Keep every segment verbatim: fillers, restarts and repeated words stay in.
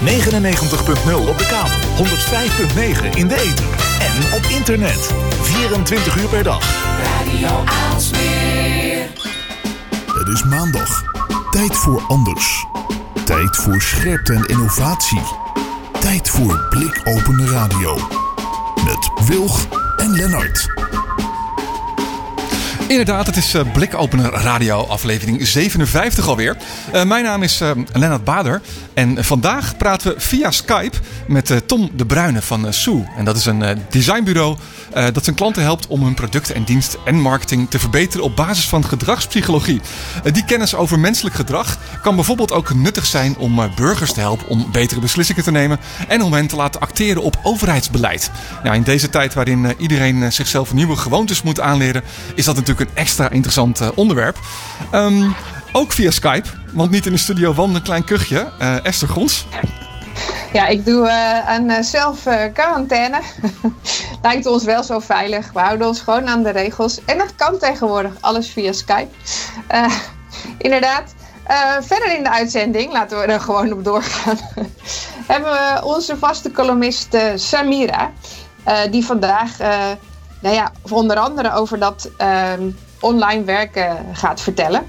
negenennegentig punt nul op de kabel, honderdvijf punt negen in de ether en op internet. vierentwintig uur per dag. Radio Aalsmeer. Het is maandag. Tijd voor anders. Tijd voor scherpte en innovatie. Tijd voor Blikopende Radio. Met Wilg en Lennart. Inderdaad, het is uh, Blikopener Radio, aflevering zevenenvijftig alweer. Uh, mijn naam is uh, Lennart Bader en vandaag praten we via Skype met uh, Tom de Bruyne van uh, Sue. En dat is een uh, designbureau uh, dat zijn klanten helpt om hun producten en diensten en marketing te verbeteren op basis van gedragspsychologie. Uh, die kennis over menselijk gedrag kan bijvoorbeeld ook nuttig zijn om uh, burgers te helpen om betere beslissingen te nemen en om hen te laten acteren op overheidsbeleid. Nou, in deze tijd waarin uh, iedereen uh, zichzelf nieuwe gewoontes moet aanleren, is dat natuurlijk een extra interessant uh, onderwerp. Um, ook via Skype, want niet in de studio wandelt een klein kuchje. Uh, Esther Gons. Ja, ik doe uh, aan uh, zelf uh, quarantaine. Lijkt ons wel zo veilig. We houden ons gewoon aan de regels. En dat kan tegenwoordig, alles via Skype. Uh, inderdaad. Uh, verder in de uitzending, laten we er gewoon op doorgaan. hebben we onze vaste columnist uh, Samira. Uh, die vandaag... Uh, Nou ja, onder andere over dat uh, online werken gaat vertellen.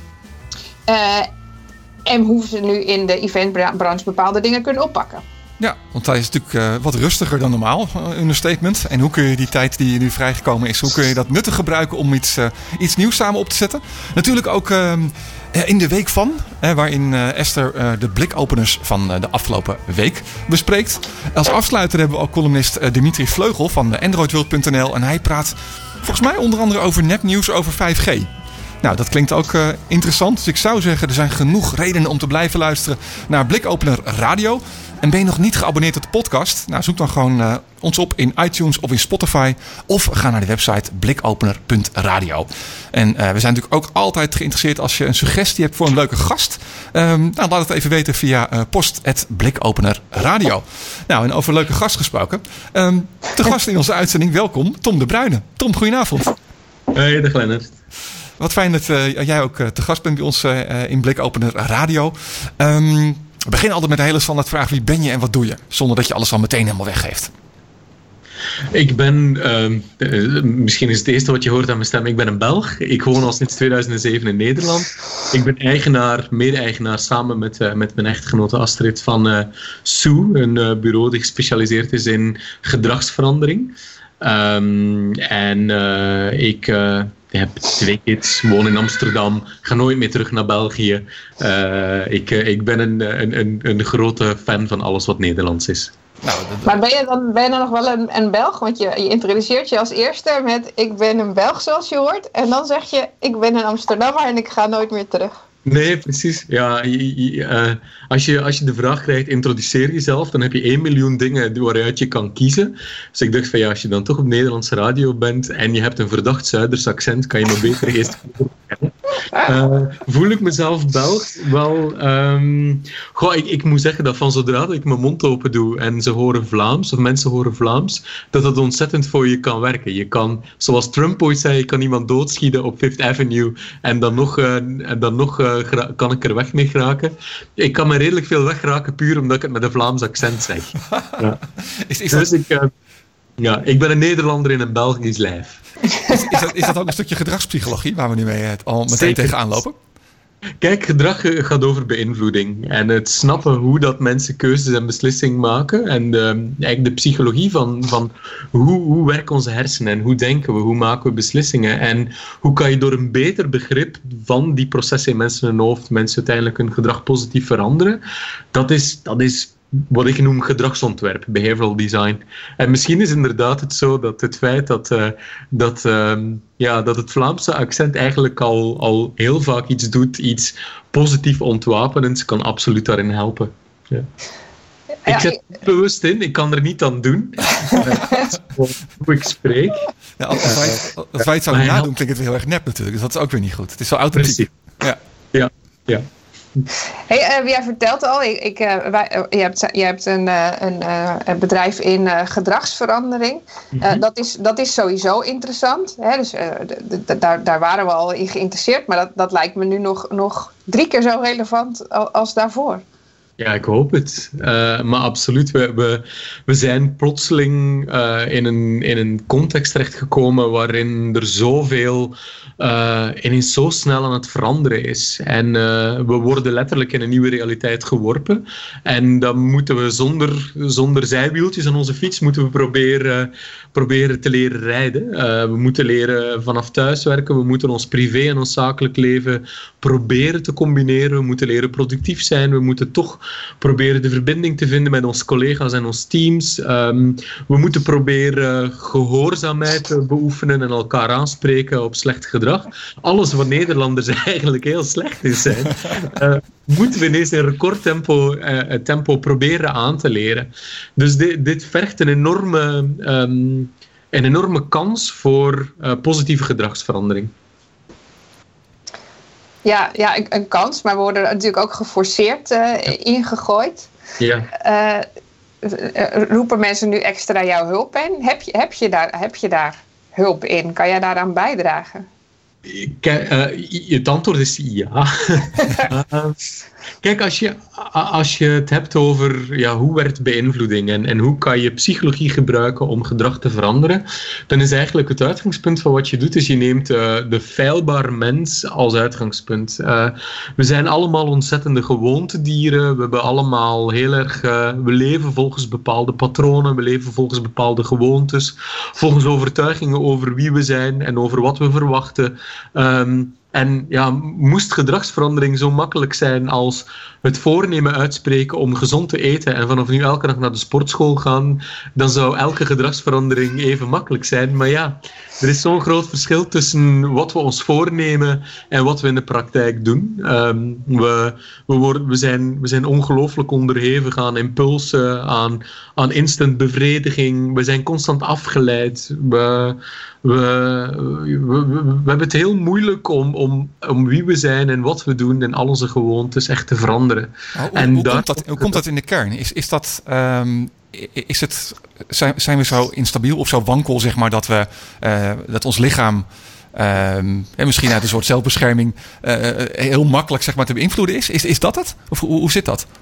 Uh, en hoe ze nu in de eventbranche bepaalde dingen kunnen oppakken. Ja, want hij is natuurlijk uh, wat rustiger dan normaal, uh, understatement. En hoe kun je die tijd die nu vrijgekomen is, hoe kun je dat nuttig gebruiken om iets, uh, iets nieuws samen op te zetten? Natuurlijk ook uh, in de week van, uh, waarin uh, Esther uh, de blikopeners van uh, de afgelopen week bespreekt. Als afsluiter hebben we ook columnist uh, Dimitri Vleugel van android world punt n l. En hij praat volgens mij onder andere over nepnieuws over vijf G. Nou, dat klinkt ook uh, interessant. Dus ik zou zeggen, er zijn genoeg redenen om te blijven luisteren naar Blikopener Radio. En ben je nog niet geabonneerd op de podcast? Nou, zoek dan gewoon uh, ons op in iTunes of in Spotify. Of ga naar de website blikopener punt radio. En uh, we zijn natuurlijk ook altijd geïnteresseerd als je een suggestie hebt voor een leuke gast. Um, nou, laat het even weten via uh, post at blikopener radio. Nou, en over leuke gast gesproken. Um, de gast in onze uitzending, welkom, Tom de Bruyne. Tom, goedenavond. Hey, dag Lennart. Wat fijn dat uh, jij ook uh, te gast bent bij ons uh, in Blikopener Radio. Um, we beginnen altijd met een hele standaard vraag. Wie ben je en wat doe je? Zonder dat je alles al meteen helemaal weggeeft. Ik ben, uh, uh, misschien is het eerste wat je hoort aan mijn stem, ik ben een Belg. Ik woon al sinds tweeduizend zeven in Nederland. Ik ben eigenaar, mede-eigenaar samen met, uh, met mijn echtgenote Astrid van uh, Sue, een uh, bureau dat gespecialiseerd is in gedragsverandering. Um, en uh, ik... Uh, Ik heb twee kids, woon in Amsterdam, ga nooit meer terug naar België. Uh, ik, uh, ik ben een, een, een, een grote fan van alles wat Nederlands is. Nou, dat... Maar ben je, dan, ben je dan nog wel een, een Belg? Want je, je introduceert je als eerste met ik ben een Belg zoals je hoort. En dan zeg je ik ben een Amsterdammer en ik ga nooit meer terug. Nee, precies. Ja, je, je, uh, als, je, als je de vraag krijgt, introduceer jezelf, dan heb je één miljoen dingen waaruit je kan kiezen. Dus ik dacht van ja, als je dan toch op Nederlandse radio bent en je hebt een verdacht Zuiders accent, kan je maar beter eerst uh, voel ik mezelf Belg? Wel, um, goh, ik, ik moet zeggen dat van zodra dat ik mijn mond open doe en ze horen Vlaams, of mensen horen Vlaams, dat dat ontzettend voor je kan werken. Je kan, zoals Trump ooit zei, je kan iemand doodschieten op Fifth Avenue en dan nog, uh, en dan nog uh, gra- kan ik er weg mee geraken. Ik kan me redelijk veel weggeraken puur omdat ik het met een Vlaams accent zeg. Ja. Is, is dus dat... ik, uh, ja, ik ben een Nederlander in een Belgisch lijf. Is, is, dat, is dat ook een stukje gedragspsychologie waar we nu mee al meteen Zeker. tegenaan lopen? Kijk, gedrag gaat over beïnvloeding. En het snappen hoe dat mensen keuzes en beslissingen maken. En de, eigenlijk de psychologie van, van hoe, hoe werken onze hersenen en hoe denken we, hoe maken we beslissingen. En hoe kan je door een beter begrip van die processen in mensen hun hoofd mensen uiteindelijk hun gedrag positief veranderen. Dat is... Dat is wat ik noem gedragsontwerp, behavioral design. En misschien is inderdaad het zo dat het feit dat, uh, dat, uh, ja, dat het Vlaamse accent eigenlijk al, al heel vaak iets doet, iets positief ontwapenends, kan absoluut daarin helpen. Ja. Ja, ik zet het bewust in, ik kan er niet aan doen. Hoe ik spreek. Ja, als, wij, als wij het zouden nadoen, klinkt het heel erg nep natuurlijk. Dus dat is ook weer niet goed. Het is zo authentiek. Ja, ja. ja. Hey, uh, jij vertelt al, ik, ik, uh, wij, uh, je hebt, je hebt een, uh, een, uh, een bedrijf in uh, gedragsverandering. Uh, mm-hmm. dat, is, dat is sowieso interessant. Hè? Dus, uh, d- d- daar, daar waren we al in geïnteresseerd. Maar dat, dat lijkt me nu nog, nog drie keer zo relevant als daarvoor. Ja, ik hoop het. Uh, maar absoluut, we, we, we zijn plotseling uh, in, een, in een context terechtgekomen waarin er zoveel uh, ineens zo snel aan het veranderen is. En uh, we worden letterlijk in een nieuwe realiteit geworpen. En dan moeten we zonder, zonder zijwieltjes aan onze fiets moeten we proberen, proberen te leren rijden. Uh, we moeten leren vanaf thuis werken. We moeten ons privé en ons zakelijk leven proberen te combineren. We moeten leren productief zijn. We moeten toch proberen de verbinding te vinden met onze collega's en onze teams. Um, we moeten proberen gehoorzaamheid te beoefenen en elkaar aanspreken op slecht gedrag. Alles wat Nederlanders eigenlijk heel slecht in zijn, uh, moeten we ineens in recordtempo uh, tempo proberen aan te leren. Dus dit, dit vergt een enorme, um, een enorme kans voor uh, positieve gedragsverandering. Ja, ja, een kans, maar we worden natuurlijk ook geforceerd uh, ingegooid. Ja. Uh, roepen mensen nu extra jouw hulp in? Heb je, heb je, daar, heb je daar hulp in? Kan jij daaraan bijdragen? Kijk, uh, het antwoord is ja. uh, kijk, als je, als je het hebt over ja, hoe werkt beïnvloeding en, en hoe kan je psychologie gebruiken om gedrag te veranderen, dan is eigenlijk het uitgangspunt van wat je doet, is je neemt uh, de feilbare mens als uitgangspunt. Uh, we zijn allemaal ontzettende gewoontedieren. We hebben allemaal heel erg... Uh, we leven volgens bepaalde patronen, we leven volgens bepaalde gewoontes, volgens overtuigingen over wie we zijn en over wat we verwachten. Um, en ja, moest gedragsverandering zo makkelijk zijn als het voornemen uitspreken om gezond te eten en vanaf nu elke dag naar de sportschool gaan, dan zou elke gedragsverandering even makkelijk zijn. Maar ja, er is zo'n groot verschil tussen wat we ons voornemen en wat we in de praktijk doen. Um, we, we, worden, we, zijn, we zijn ongelooflijk onderhevig aan impulsen, aan, aan instant bevrediging. We zijn constant afgeleid. We... We, we, we, we hebben het heel moeilijk om, om, om wie we zijn en wat we doen en al onze gewoontes echt te veranderen. Hoe, en hoe, daar... komt dat, hoe komt dat in de kern? Is, is dat, um, is het, zijn, zijn we zo instabiel of zo wankel, zeg maar, dat, we, uh, dat ons lichaam um, en misschien uit een soort zelfbescherming uh, heel makkelijk, zeg maar, te beïnvloeden is? Is, is dat het? Of hoe, hoe zit dat?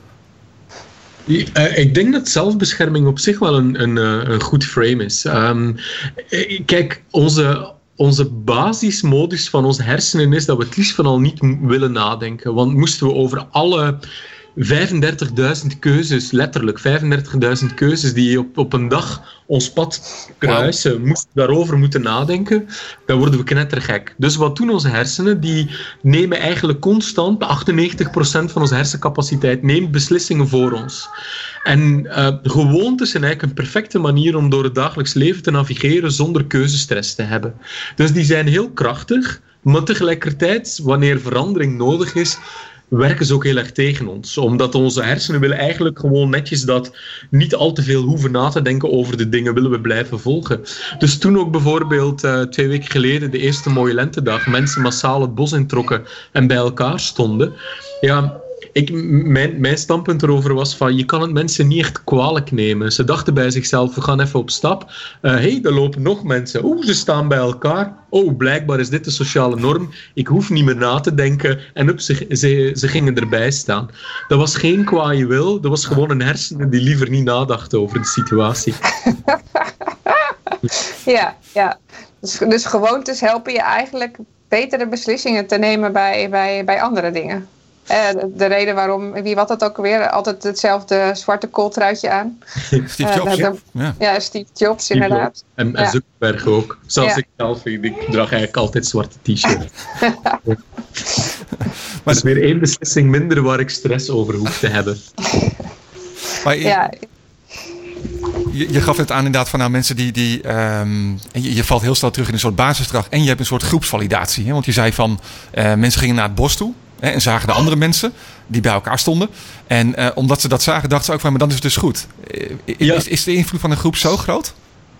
Uh, ik denk dat zelfbescherming op zich wel een, een, een goed frame is. Um, kijk, onze, onze basismodus van onze hersenen is dat we het liefst van al niet willen nadenken. Want moesten we over alle vijfendertigduizend keuzes, letterlijk vijfendertigduizend keuzes die op, op een dag ons pad kruisen, wow. moesten daarover moeten nadenken, dan worden we knettergek. Dus wat doen onze hersenen? Die nemen eigenlijk constant, achtennegentig procent van onze hersencapaciteit neemt beslissingen voor ons. En uh, gewoontes zijn eigenlijk een perfecte manier om door het dagelijks leven te navigeren zonder keuzestress te hebben. Dus die zijn heel krachtig, maar tegelijkertijd, wanneer verandering nodig is, werken ze ook heel erg tegen ons. Omdat onze hersenen willen eigenlijk gewoon netjes dat niet al te veel hoeven na te denken over de dingen, willen we blijven volgen. Dus toen ook bijvoorbeeld uh, twee weken geleden, de eerste mooie lentedag, mensen massaal het bos introkken en bij elkaar stonden. Ja, ik, mijn, mijn standpunt erover was van, je kan het mensen niet echt kwalijk nemen. Ze dachten bij zichzelf, we gaan even op stap. Hé, uh, hey, er lopen nog mensen. Oeh, ze staan bij elkaar. Oh, blijkbaar is dit de sociale norm. Ik hoef niet meer na te denken. En up, ze, ze, ze gingen erbij staan. Dat was geen kwaaie wil. Dat was gewoon een hersenen die liever niet nadachten over de situatie. Ja, ja. Dus, dus gewoontes helpen je eigenlijk betere beslissingen te nemen bij, bij, bij andere dingen. Uh, de, de reden waarom, wie wat dat ook weer, altijd hetzelfde zwarte kooltruitje aan. Steve Jobs, uh, de, ja. ja. Steve Jobs, Steve inderdaad. En, en ja. Zuckerberg ook. Zelfs ja. ik zelf, ik draag eigenlijk altijd zwarte t-shirt. Maar dat is weer één beslissing minder waar ik stress over hoef te hebben. Maar je, ja. je, je gaf het aan inderdaad van nou, mensen die... die um, je, je valt heel snel terug in een soort basisgedrag en je hebt een soort groepsvalidatie. Hè? Want je zei van, uh, mensen gingen naar het bos toe. Hè, en zagen de andere mensen die bij elkaar stonden. En uh, omdat ze dat zagen, dachten ze ook van, maar dan is het dus goed. Uh, ja. is, is de invloed van een groep zo groot?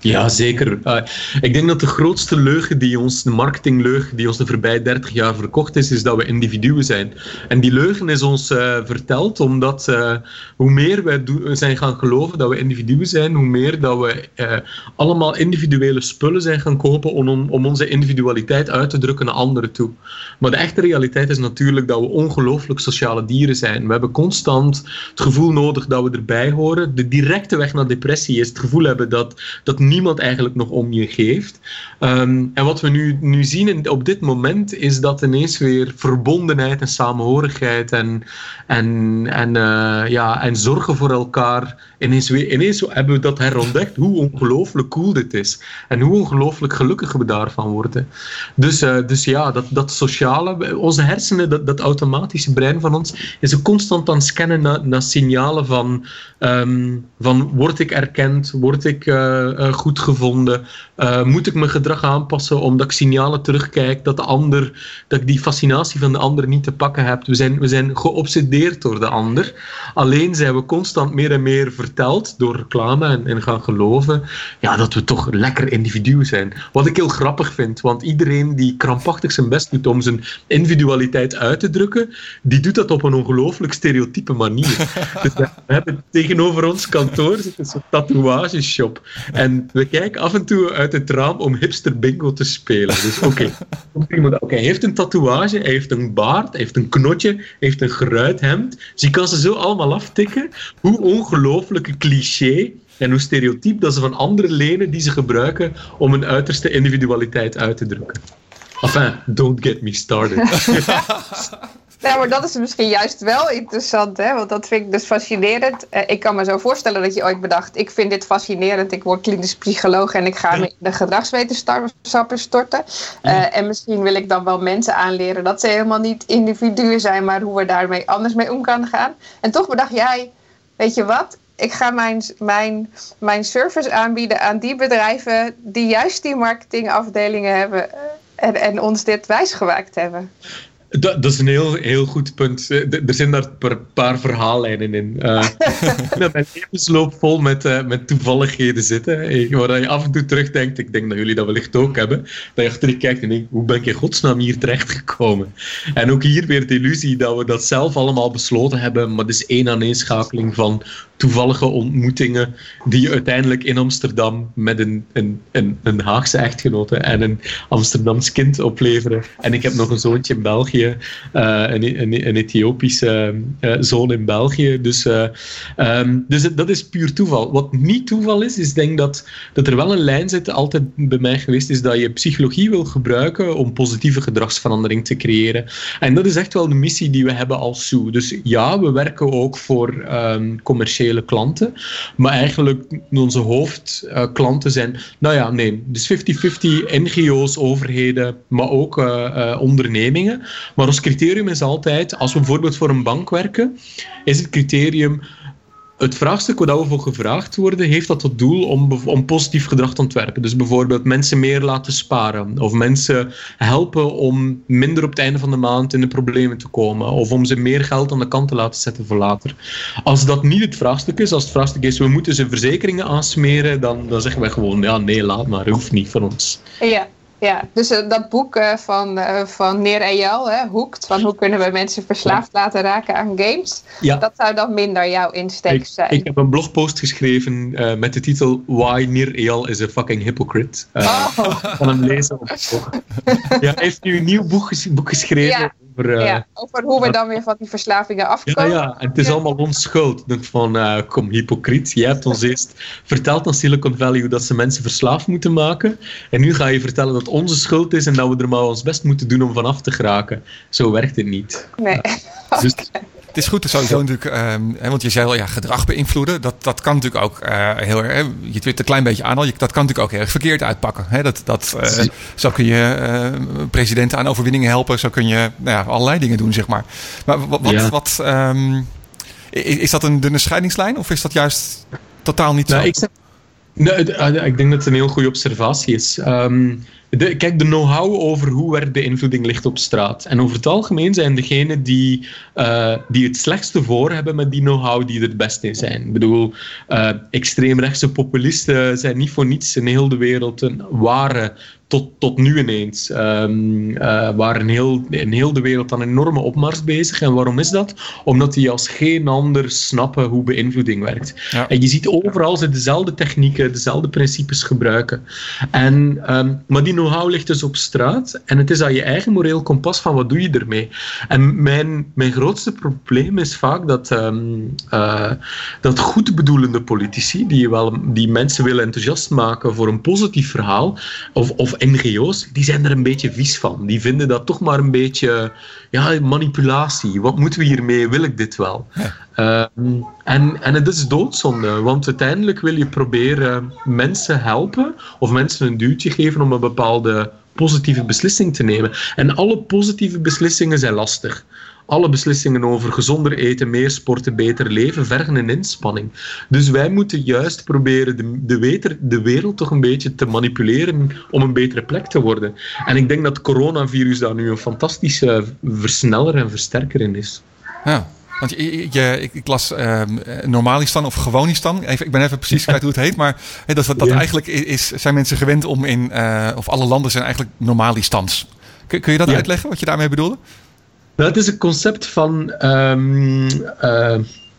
Ja, zeker. Uh, ik denk dat de grootste leugen die ons, de marketingleugen die ons de voorbije dertig jaar verkocht is, is dat we individuen zijn. En die leugen is ons uh, verteld omdat uh, hoe meer wij do- zijn gaan geloven dat we individuen zijn, hoe meer dat we uh, allemaal individuele spullen zijn gaan kopen om, om onze individualiteit uit te drukken naar anderen toe. Maar de echte realiteit is natuurlijk dat we ongelooflijk sociale dieren zijn. We hebben constant het gevoel nodig dat we erbij horen. De directe weg naar depressie is het gevoel hebben dat, dat niemand eigenlijk nog om je geeft. Um, en wat we nu, nu zien in, op dit moment is dat ineens weer verbondenheid en samenhorigheid en, en, en, uh, ja, en zorgen voor elkaar. Ineens, weer, ineens hebben we dat herontdekt, hoe ongelooflijk cool dit is. En hoe ongelooflijk gelukkig we daarvan worden. Dus, uh, dus ja, dat, dat sociale, onze hersenen, dat, dat automatische brein van ons, is constant aan het scannen naar, naar signalen van, um, van word ik erkend, word ik uh, uh, goed gevonden, uh, moet ik mijn gedrag aanpassen omdat ik signalen terugkijk dat de ander, dat ik die fascinatie van de ander niet te pakken heb. We zijn, we zijn geobsedeerd door de ander. Alleen zijn we constant meer en meer verteld door reclame en, en gaan geloven ja, dat we toch lekker individuen zijn. Wat ik heel grappig vind, want iedereen die krampachtig zijn best doet om zijn individualiteit uit te drukken, die doet dat op een ongelooflijk stereotype manier. Dus we hebben tegenover ons kantoor zitten zo'n tatoeageshop. En we kijken af en toe uit het raam om hipster bingo te spelen. Dus oké, okay. okay, hij heeft een tatoeage, hij heeft een baard, hij heeft een knotje, hij heeft een geruit hemd. Dus je kan ze zo allemaal aftikken. Hoe ongelooflijke cliché en hoe stereotyp dat ze van anderen lenen die ze gebruiken om hun uiterste individualiteit uit te drukken. Enfin, don't get me started. Ja, maar dat is misschien juist wel interessant, hè? Want dat vind ik dus fascinerend. Uh, ik kan me zo voorstellen dat je ooit bedacht, ik vind dit fascinerend, ik word klinisch psycholoog en ik ga me in de gedragswetenschappen storten. Uh, en misschien wil ik dan wel mensen aanleren dat ze helemaal niet individuen zijn, maar hoe we daarmee anders mee om kunnen gaan. En toch bedacht jij, weet je wat? Ik ga mijn, mijn, mijn service aanbieden aan die bedrijven die juist die marketingafdelingen hebben en, en ons dit wijsgemaakt hebben. Dat, dat is een heel, heel goed punt. Er zijn daar een paar verhaallijnen in. Uh, mijn levensloop vol met, uh, met toevalligheden zitten. Waar je af en toe terugdenkt, ik denk dat jullie dat wellicht ook hebben, dat je achter je kijkt en denkt, hoe ben ik in godsnaam hier terechtgekomen? En ook hier weer de illusie dat we dat zelf allemaal besloten hebben, maar het is één aaneenschakeling van toevallige ontmoetingen die uiteindelijk in Amsterdam met een, een, een, een Haagse echtgenote en een Amsterdams kind opleveren. En ik heb nog een zoontje in België, uh, een, een, een Ethiopische uh, zoon in België. Dus, uh, um, dus dat is puur toeval. Wat niet toeval is, is denk dat, dat er wel een lijn zit, altijd bij mij geweest, is dat je psychologie wil gebruiken om positieve gedragsverandering te creëren. En dat is echt wel de missie die we hebben als S O E. Dus ja, we werken ook voor um, commerciële klanten, maar eigenlijk onze hoofdklanten uh, zijn, nou ja, nee, dus vijftig vijftig N G O's, overheden, maar ook uh, uh, ondernemingen. Maar ons criterium is altijd, als we bijvoorbeeld voor een bank werken, is het criterium, het vraagstuk waar we voor gevraagd worden, heeft dat tot doel om, om positief gedrag te ontwerpen. Dus bijvoorbeeld mensen meer laten sparen, of mensen helpen om minder op het einde van de maand in de problemen te komen, of om ze meer geld aan de kant te laten zetten voor later. Als dat niet het vraagstuk is, als het vraagstuk is, we moeten ze verzekeringen aansmeren, dan, dan zeggen wij gewoon, ja, nee, laat maar, hoeft niet van ons. Ja. Ja, dus uh, dat boek uh, van, uh, van Nir Eyal, hè, Hooked, van hoe kunnen we mensen verslaafd laten raken aan games, ja. Dat zou dan minder jouw insteek zijn. Ik, ik heb een blogpost geschreven uh, met de titel Why Nir Eyal is a fucking hypocrite. Uh, oh. Van hem lezen op het blog. Ja, hij heeft nu een nieuw boek, ges- boek geschreven. Ja. Over, uh, ja, over hoe we dan weer van die verslavingen afkomen. Ja, ja, en het is allemaal ons schuld. Ik denk van, uh, kom, hypocriet. Jij hebt ons eerst verteld aan Silicon Valley hoe dat ze mensen verslaafd moeten maken. En nu ga je vertellen dat het onze schuld is en dat we er maar ons best moeten doen om vanaf te geraken. Zo werkt het niet. Nee. Uh, dus, Het is goed, sowieso natuurlijk, um, want je zei al, ja, gedrag beïnvloeden. Dat, dat kan natuurlijk ook uh, heel erg, je twittert een klein beetje aan al, dat kan natuurlijk ook heel erg verkeerd uitpakken. Hè? Dat, dat, uh, zo kun je uh, presidenten aan overwinningen helpen, zo kun je nou ja, allerlei dingen doen, zeg maar. Maar wat, ja. wat um, is, is dat een dunne scheidingslijn of is dat juist totaal niet nou, zo? Ik zeg, Nee, ik denk dat het een heel goede observatie is. Um, de, kijk, de know-how over hoe werkbeïnvloeding ligt op straat. En over het algemeen zijn degenen die, uh, die het slechtste voor hebben met die know-how die er het beste in zijn. Ik bedoel, uh, extreemrechtse populisten zijn niet voor niets in heel de wereld een ware... Tot, tot nu ineens um, uh, waren heel, in heel de wereld aan een enorme opmars bezig. En waarom is dat? Omdat die als geen ander snappen hoe beïnvloeding werkt. Ja. En je ziet overal ze dezelfde technieken, dezelfde principes gebruiken. En, um, maar die know-how ligt dus op straat. En het is aan je eigen moreel kompas van wat doe je ermee. En mijn, mijn grootste probleem is vaak dat, um, uh, dat goedbedoelende politici, die, wel, die mensen willen enthousiast maken voor een positief verhaal, of, of N G O's, die zijn er een beetje vies van. Die vinden dat toch maar een beetje ja, manipulatie. Wat moeten we hiermee? Wil ik dit wel? Ja. Um, en, en het is doodzonde, want uiteindelijk wil je proberen mensen helpen of mensen een duwtje geven om een bepaalde positieve beslissing te nemen. En alle positieve beslissingen zijn lastig. Alle beslissingen over gezonder eten, meer sporten, beter leven vergen een inspanning. Dus wij moeten juist proberen de, de, weter, de wereld toch een beetje te manipuleren om een betere plek te worden. En ik denk dat het coronavirus daar nu een fantastische versneller en versterker in is. Ja. Want je, je, ik, ik las uh, Normalistan of Gewonistan. Even, ik ben even precies kwijt hoe het heet. Maar he, dat, dat ja. eigenlijk is, zijn mensen gewend om in... Uh, of alle landen zijn eigenlijk Normalistans. Kun, kun je dat ja. uitleggen, wat je daarmee bedoelde? Nou, het is een concept van um, uh,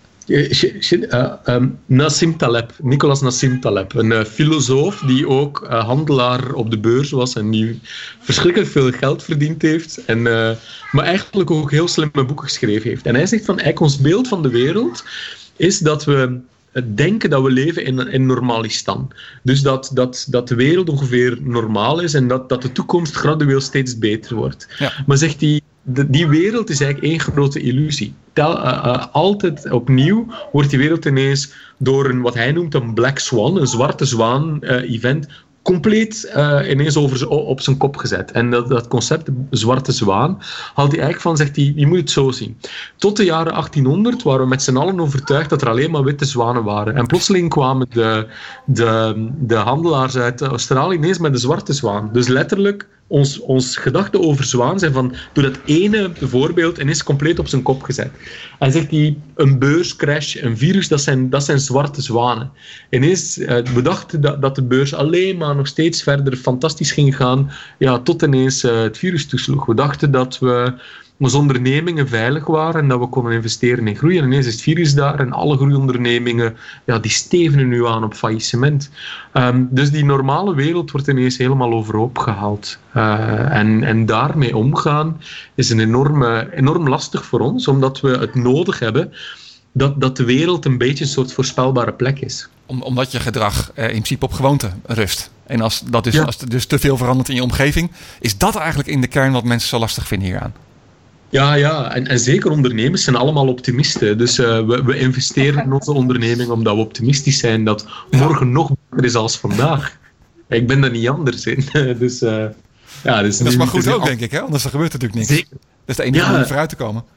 uh, um, Nassim Taleb, Nicolas Nassim Taleb. Een uh, filosoof die ook uh, handelaar op de beurs was en die verschrikkelijk veel geld verdiend heeft. En, uh, maar eigenlijk ook heel slimme boeken geschreven heeft. En hij zegt van, eigenlijk ons beeld van de wereld is dat we denken dat we leven in, in Normalistan. Dus dat, dat, dat de wereld ongeveer normaal is en dat, dat de toekomst gradueel steeds beter wordt. Ja. Maar zegt hij, De, die wereld is eigenlijk één grote illusie. Tel, uh, uh, altijd opnieuw wordt die wereld ineens door een, wat hij noemt een black swan, een zwarte zwaan uh, event, compleet uh, ineens over, op zijn kop gezet. En dat, dat concept, de zwarte zwaan, haalt hij eigenlijk van, zegt hij, je moet het zo zien. Tot de jaren achttienhonderd waren we met z'n allen overtuigd dat er alleen maar witte zwanen waren. En plotseling kwamen de, de, de handelaars uit Australië ineens met de zwarte zwaan. Dus letterlijk, ons, ons gedachten over zwaan zijn van, door dat ene voorbeeld en is compleet op zijn kop gezet. En zegt hij, een beurscrash, een virus, dat zijn, dat zijn zwarte zwanen. Ineens, uh, we dachten dat, dat de beurs alleen maar nog steeds verder fantastisch ging gaan, ja, tot ineens uh, het virus toesloeg. We dachten dat we onze ondernemingen veilig waren en dat we konden investeren in groei. En ineens is het virus daar en alle groeiondernemingen, ja, die stevenen nu aan op faillissement. Um, dus die normale wereld wordt ineens helemaal overhoop gehaald. Uh, en, en daarmee omgaan is een enorme, enorm lastig voor ons, omdat we het nodig hebben dat, dat de wereld een beetje een soort voorspelbare plek is. Om, omdat je gedrag uh, in principe op gewoonte rust. En als, dat dus, ja. als er dus te veel verandert in je omgeving, is dat eigenlijk in de kern wat mensen zo lastig vinden hieraan? Ja, ja. En, en zeker ondernemers zijn allemaal optimisten. Dus uh, we, we investeren in onze onderneming omdat we optimistisch zijn dat morgen ja. nog beter is als vandaag. Ik ben daar niet anders in. dus, uh, ja, dus dat is maar goed ook, al... denk ik. Hè? Anders dan gebeurt er natuurlijk niks. Zeker. Dat is de enige ja. manier om vooruit te komen.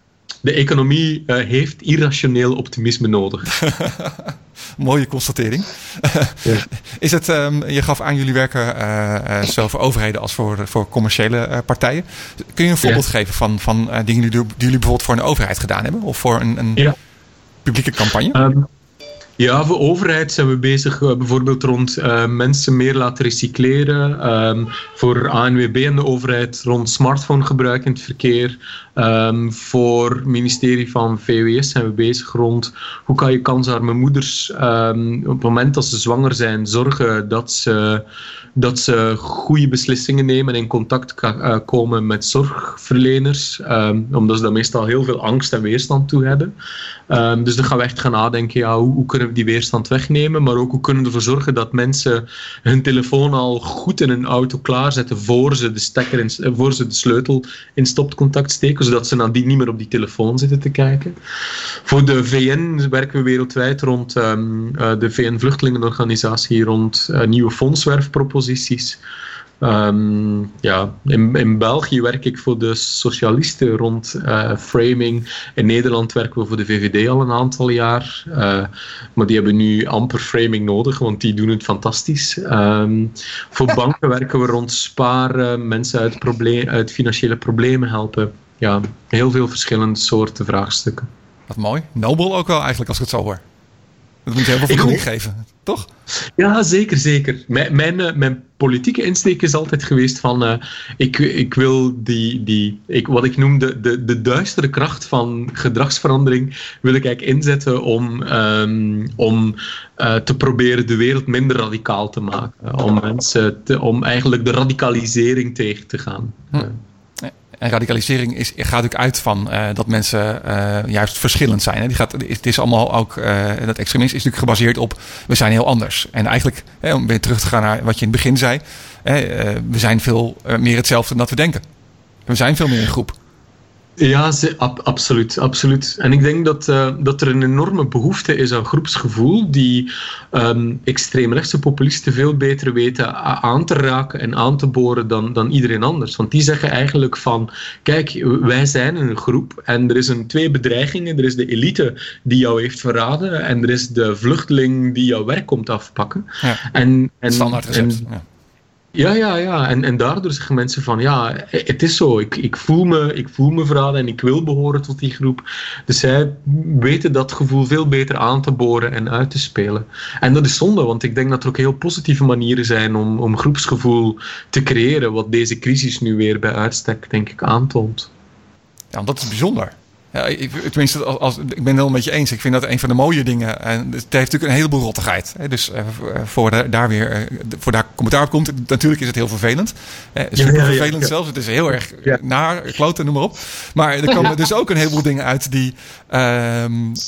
De economie uh, heeft irrationeel optimisme nodig. Mooie constatering. Ja. Is het, um, je gaf aan, jullie werken uh, uh, zowel voor overheden als voor, voor commerciële uh, partijen. Kun je een voorbeeld ja. geven van, van uh, dingen die, die jullie bijvoorbeeld voor een overheid gedaan hebben? Of voor een, een ja. publieke campagne? Um, Ja, voor overheid zijn we bezig uh, bijvoorbeeld rond uh, mensen meer laten recycleren. Um, voor A N W B en de overheid rond smartphonegebruik in het verkeer. Um, voor het ministerie van V W S zijn we bezig rond hoe kan je kansarme moeders um, op het moment dat ze zwanger zijn zorgen dat ze, dat ze goede beslissingen nemen en in contact ka- uh, komen met zorgverleners. Um, omdat ze daar meestal heel veel angst en weerstand toe hebben. Um, dus dan gaan we echt gaan nadenken, ja, hoe, hoe kunnen we die weerstand wegnemen, maar ook hoe kunnen we ervoor zorgen dat mensen hun telefoon al goed in hun auto klaarzetten voor ze de, stekker in, voor ze de sleutel in stopcontact steken, zodat ze nadien niet meer op die telefoon zitten te kijken. Voor de V N werken we wereldwijd rond um, uh, de V N-vluchtelingenorganisatie, rond uh, nieuwe fondswerfproposities. Um, ja, in, in België werk ik voor de socialisten rond uh, framing. In Nederland werken we voor de V V D al een aantal jaar. Uh, maar die hebben nu amper framing nodig, want die doen het fantastisch. Um, voor banken werken we rond sparen, mensen uit, probleem, uit financiële problemen helpen. Ja, heel veel verschillende soorten vraagstukken. Wat mooi. Nobel ook wel eigenlijk, als ik het zo hoor. Dat moet je heel veel voldoening geven, toch? Ja, zeker, zeker. Mijn, mijn, mijn politieke insteek is altijd geweest van... Uh, ik, ik wil die... die ik, wat ik noem de, de, de duistere kracht van gedragsverandering... wil ik eigenlijk inzetten om, um, om uh, te proberen de wereld minder radicaal te maken. Om, mensen te, om eigenlijk de radicalisering tegen te gaan. Hm. Uh. En radicalisering is, gaat natuurlijk uit van uh, dat mensen uh, juist verschillend zijn. Hè. Die gaat, het is allemaal ook, uh, dat extremisme is natuurlijk gebaseerd op, we zijn heel anders. En eigenlijk, hè, om weer terug te gaan naar wat je in het begin zei, hè, uh, we zijn veel uh, meer hetzelfde dan dat we denken. We zijn veel meer een groep. Ja, ze, ab, absoluut, absoluut. En ik denk dat, uh, dat er een enorme behoefte is aan groepsgevoel die um, extreemrechtse populisten veel beter weten aan te raken en aan te boren dan, dan iedereen anders. Want die zeggen eigenlijk van, kijk, wij zijn een groep en er is een twee bedreigingen. Er is de elite die jou heeft verraden en er is de vluchteling die jouw werk komt afpakken. Ja, en, en, standaard recept, en, ja. Ja, ja, ja. En, en daardoor zeggen mensen van, ja, het is zo. Ik, ik, voel me, ik voel me verraden en ik wil behoren tot die groep. Dus zij weten dat gevoel veel beter aan te boren en uit te spelen. En dat is zonde, want ik denk dat er ook heel positieve manieren zijn om, om groepsgevoel te creëren, wat deze crisis nu weer bij uitstek, denk ik, aantoont. Ja, dat is bijzonder. Ja, ik, tenminste, als, als, ik ben het wel een beetje eens. Ik vind dat een van de mooie dingen. En het heeft natuurlijk een heleboel rottigheid. Hè, dus uh, voor de, daar weer uh, voor daar commentaar op komt. Natuurlijk is het heel vervelend. Uh, super ja, ja, vervelend ja, ja. zelfs. Het is heel erg ja. naar, kloten, noem maar op. Maar er komen dus ook een heleboel dingen uit die uh, uh,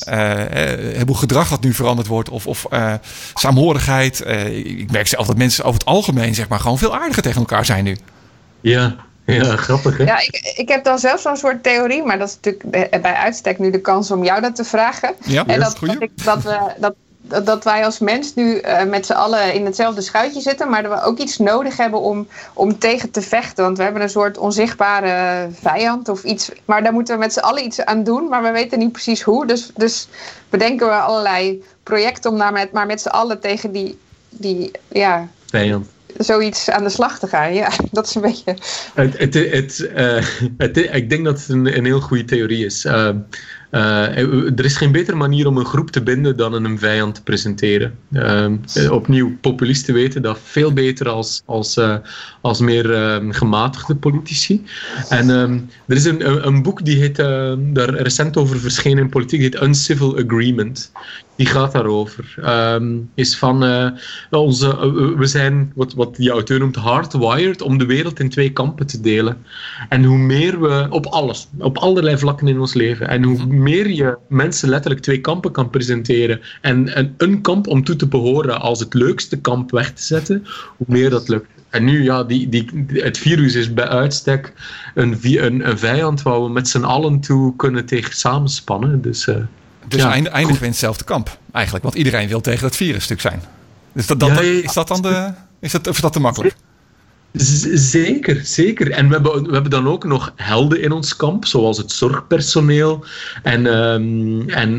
een heleboel gedrag dat nu veranderd wordt. Of, of uh, saamhorigheid. Uh, ik merk zelf dat mensen over het algemeen zeg maar gewoon veel aardiger tegen elkaar zijn nu. Ja. Ja, grappig hè? Ja, ik, ik heb dan zelf zo'n soort theorie, maar dat is natuurlijk bij uitstek nu de kans om jou dat te vragen. Ja, en ja, dat, dat, ik, dat, we, dat, dat wij als mens nu uh, met z'n allen in hetzelfde schuitje zitten, maar dat we ook iets nodig hebben om, om tegen te vechten. Want we hebben een soort onzichtbare vijand of iets, maar daar moeten we met z'n allen iets aan doen, maar we weten niet precies hoe. Dus, dus bedenken we allerlei projecten om daar met, maar met z'n allen tegen die, die ja... vijand. Zoiets aan de slag te gaan, ja, dat is een beetje... Het, het, het, uh, het, ik denk dat het een, een heel goede theorie is. Uh, uh, er is geen betere manier om een groep te binden dan een vijand te presenteren. Uh, opnieuw, populisten weten dat veel beter als, als, uh, als meer uh, gematigde politici. En um, er is een, een boek die heet, uh, daar recent over verschenen in politiek, die heet Uncivil Agreement. Die gaat daarover. Um, is van uh, onze, uh, we zijn wat, wat die auteur noemt hardwired om de wereld in twee kampen te delen. En hoe meer we op alles, op allerlei vlakken in ons leven, en hoe meer je mensen letterlijk twee kampen kan presenteren en, en een kamp om toe te behoren als het leukste kamp weg te zetten, hoe meer dat lukt. En nu, ja, die, die, het virus is bij uitstek een, een, een vijand waar we met z'n allen toe kunnen tegen samenspannen. Dus... Uh, Dus ja, eindigen we in hetzelfde kamp, eigenlijk. Want iedereen wil tegen dat virus stuk zijn. Dus dat, dat, ja, ja, ja. Is dat dan de... Is dat, of is dat te makkelijk? Z- zeker, zeker. En we hebben, we hebben dan ook nog helden in ons kamp, zoals het zorgpersoneel. En, um, en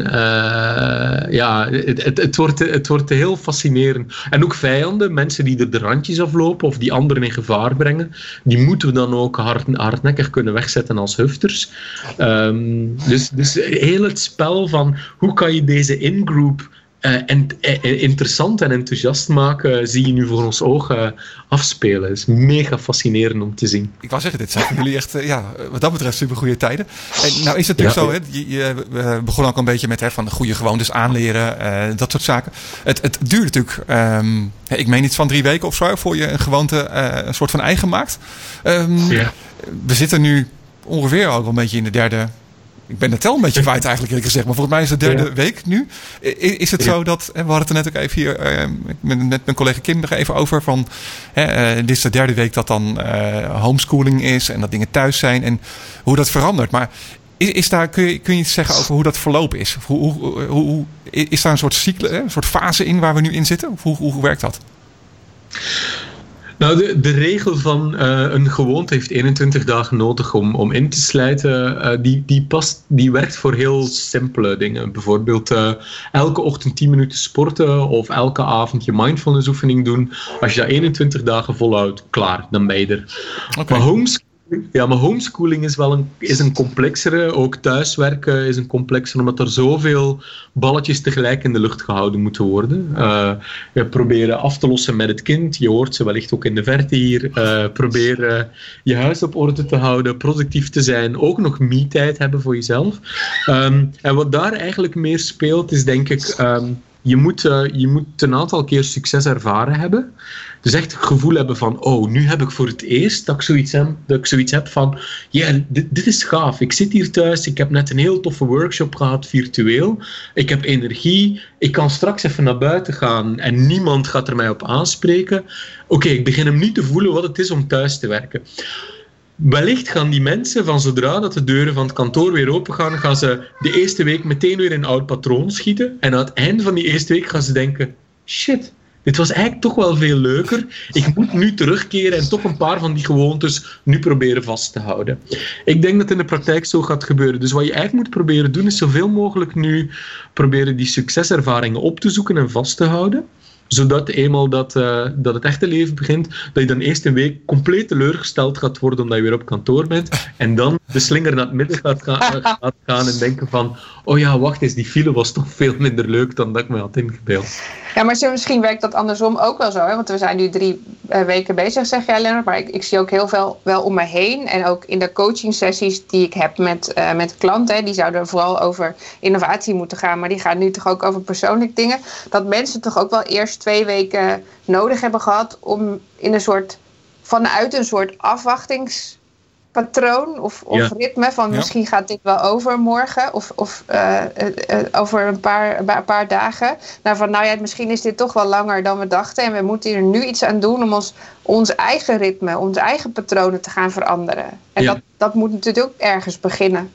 uh, ja, het, het, het, wordt, het wordt heel fascinerend. En ook vijanden, mensen die er de randjes aflopen of die anderen in gevaar brengen, die moeten we dan ook hard, hardnekkig kunnen wegzetten als hufters. Um, dus, dus heel het spel van hoe kan je deze in-group Uh, en, uh, interessant en enthousiast maken, zie je nu voor ons ogen afspelen. Het is mega fascinerend om te zien. Ik wou zeggen, dit zijn jullie echt, uh, ja, wat dat betreft super goede tijden. En nou is het natuurlijk ja, zo, hè, je, je, we begonnen ook een beetje met hè, van de goede gewoontes aanleren, uh, dat soort zaken. Het, het duurt natuurlijk, um, ik meen iets van drie weken of zo, voor je een gewoonte uh, een soort van eigen maakt. Um, ja. We zitten nu ongeveer ook een beetje in de derde... Ik ben het tel een beetje kwijt eigenlijk eerlijk gezegd. Maar volgens mij is het de derde ja. week nu. Is, is het ja. zo dat... We hadden het er net ook even hier... Uh, met, met mijn collega Kim nog even over. Van, uh, dit is de derde week dat dan uh, homeschooling is. En dat dingen thuis zijn. En hoe dat verandert. Maar is, is daar, kun, je, kun je iets zeggen over hoe dat verlopen is? Hoe, hoe, hoe, hoe, is daar een soort cyclus, een soort fase in waar we nu in zitten? Of hoe, hoe, hoe werkt dat? Nou, de, de regel van uh, een gewoonte heeft eenentwintig dagen nodig om, om in te slijten, uh, die, die, past, die werkt voor heel simpele dingen. Bijvoorbeeld uh, elke ochtend tien minuten sporten of elke avond je mindfulness oefening doen. Als je dat eenentwintig dagen volhoudt, klaar, dan ben je er. Okay. Maar homeschooling, ja, maar homeschooling is wel een, is een complexere. Ook thuiswerken is een complexere, omdat er zoveel balletjes tegelijk in de lucht gehouden moeten worden. Uh, we proberen af te lossen met het kind. Je hoort ze wellicht ook in de verte hier. Uh, probeer uh, je huis op orde te houden, productief te zijn. Ook nog me-tijd hebben voor jezelf. Um, en wat daar eigenlijk meer speelt, is denk ik... Um, Je moet, uh, je moet een aantal keer succes ervaren hebben. Dus echt het gevoel hebben van, oh, nu heb ik voor het eerst dat ik zoiets heb, dat ik zoiets heb van, ja, yeah, dit, dit is gaaf. Ik zit hier thuis, ik heb net een heel toffe workshop gehad, virtueel. Ik heb energie, ik kan straks even naar buiten gaan en niemand gaat er mij op aanspreken. Oké, okay, ik begin hem nu te voelen wat het is om thuis te werken. Wellicht gaan die mensen van zodra dat de deuren van het kantoor weer open gaan, gaan ze de eerste week meteen weer in een oud patroon schieten. En aan het einde van die eerste week gaan ze denken, shit, dit was eigenlijk toch wel veel leuker. Ik moet nu terugkeren en toch een paar van die gewoontes nu proberen vast te houden. Ik denk dat het in de praktijk zo gaat gebeuren. Dus wat je eigenlijk moet proberen doen, is zoveel mogelijk nu proberen die succeservaringen op te zoeken en vast te houden. Zodat eenmaal dat, uh, dat het echte leven begint, dat je dan eerst een week compleet teleurgesteld gaat worden omdat je weer op kantoor bent. En dan de slinger naar het midden gaat, ga, gaat gaan en denken van, oh ja, wacht eens, die file was toch veel minder leuk dan dat ik me had ingebeeld. Ja, maar misschien werkt dat andersom ook wel zo. Hè? Want we zijn nu drie uh, weken bezig, zeg jij, Lennart. Maar ik, ik zie ook heel veel wel om me heen. En ook in de coaching sessies die ik heb met, uh, met klanten. Hè, die zouden vooral over innovatie moeten gaan. Maar die gaan nu toch ook over persoonlijke dingen. Dat mensen toch ook wel eerst twee weken nodig hebben gehad om in een soort, vanuit een soort afwachtings... patroon of, of ja. ritme van ja. misschien gaat dit wel over morgen of, of uh, uh, uh, over een paar, een paar dagen. Nou, van, nou ja, misschien is dit toch wel langer dan we dachten en we moeten er nu iets aan doen om ons, ons eigen ritme, onze eigen patronen te gaan veranderen. En ja. dat, dat moet natuurlijk ook ergens beginnen.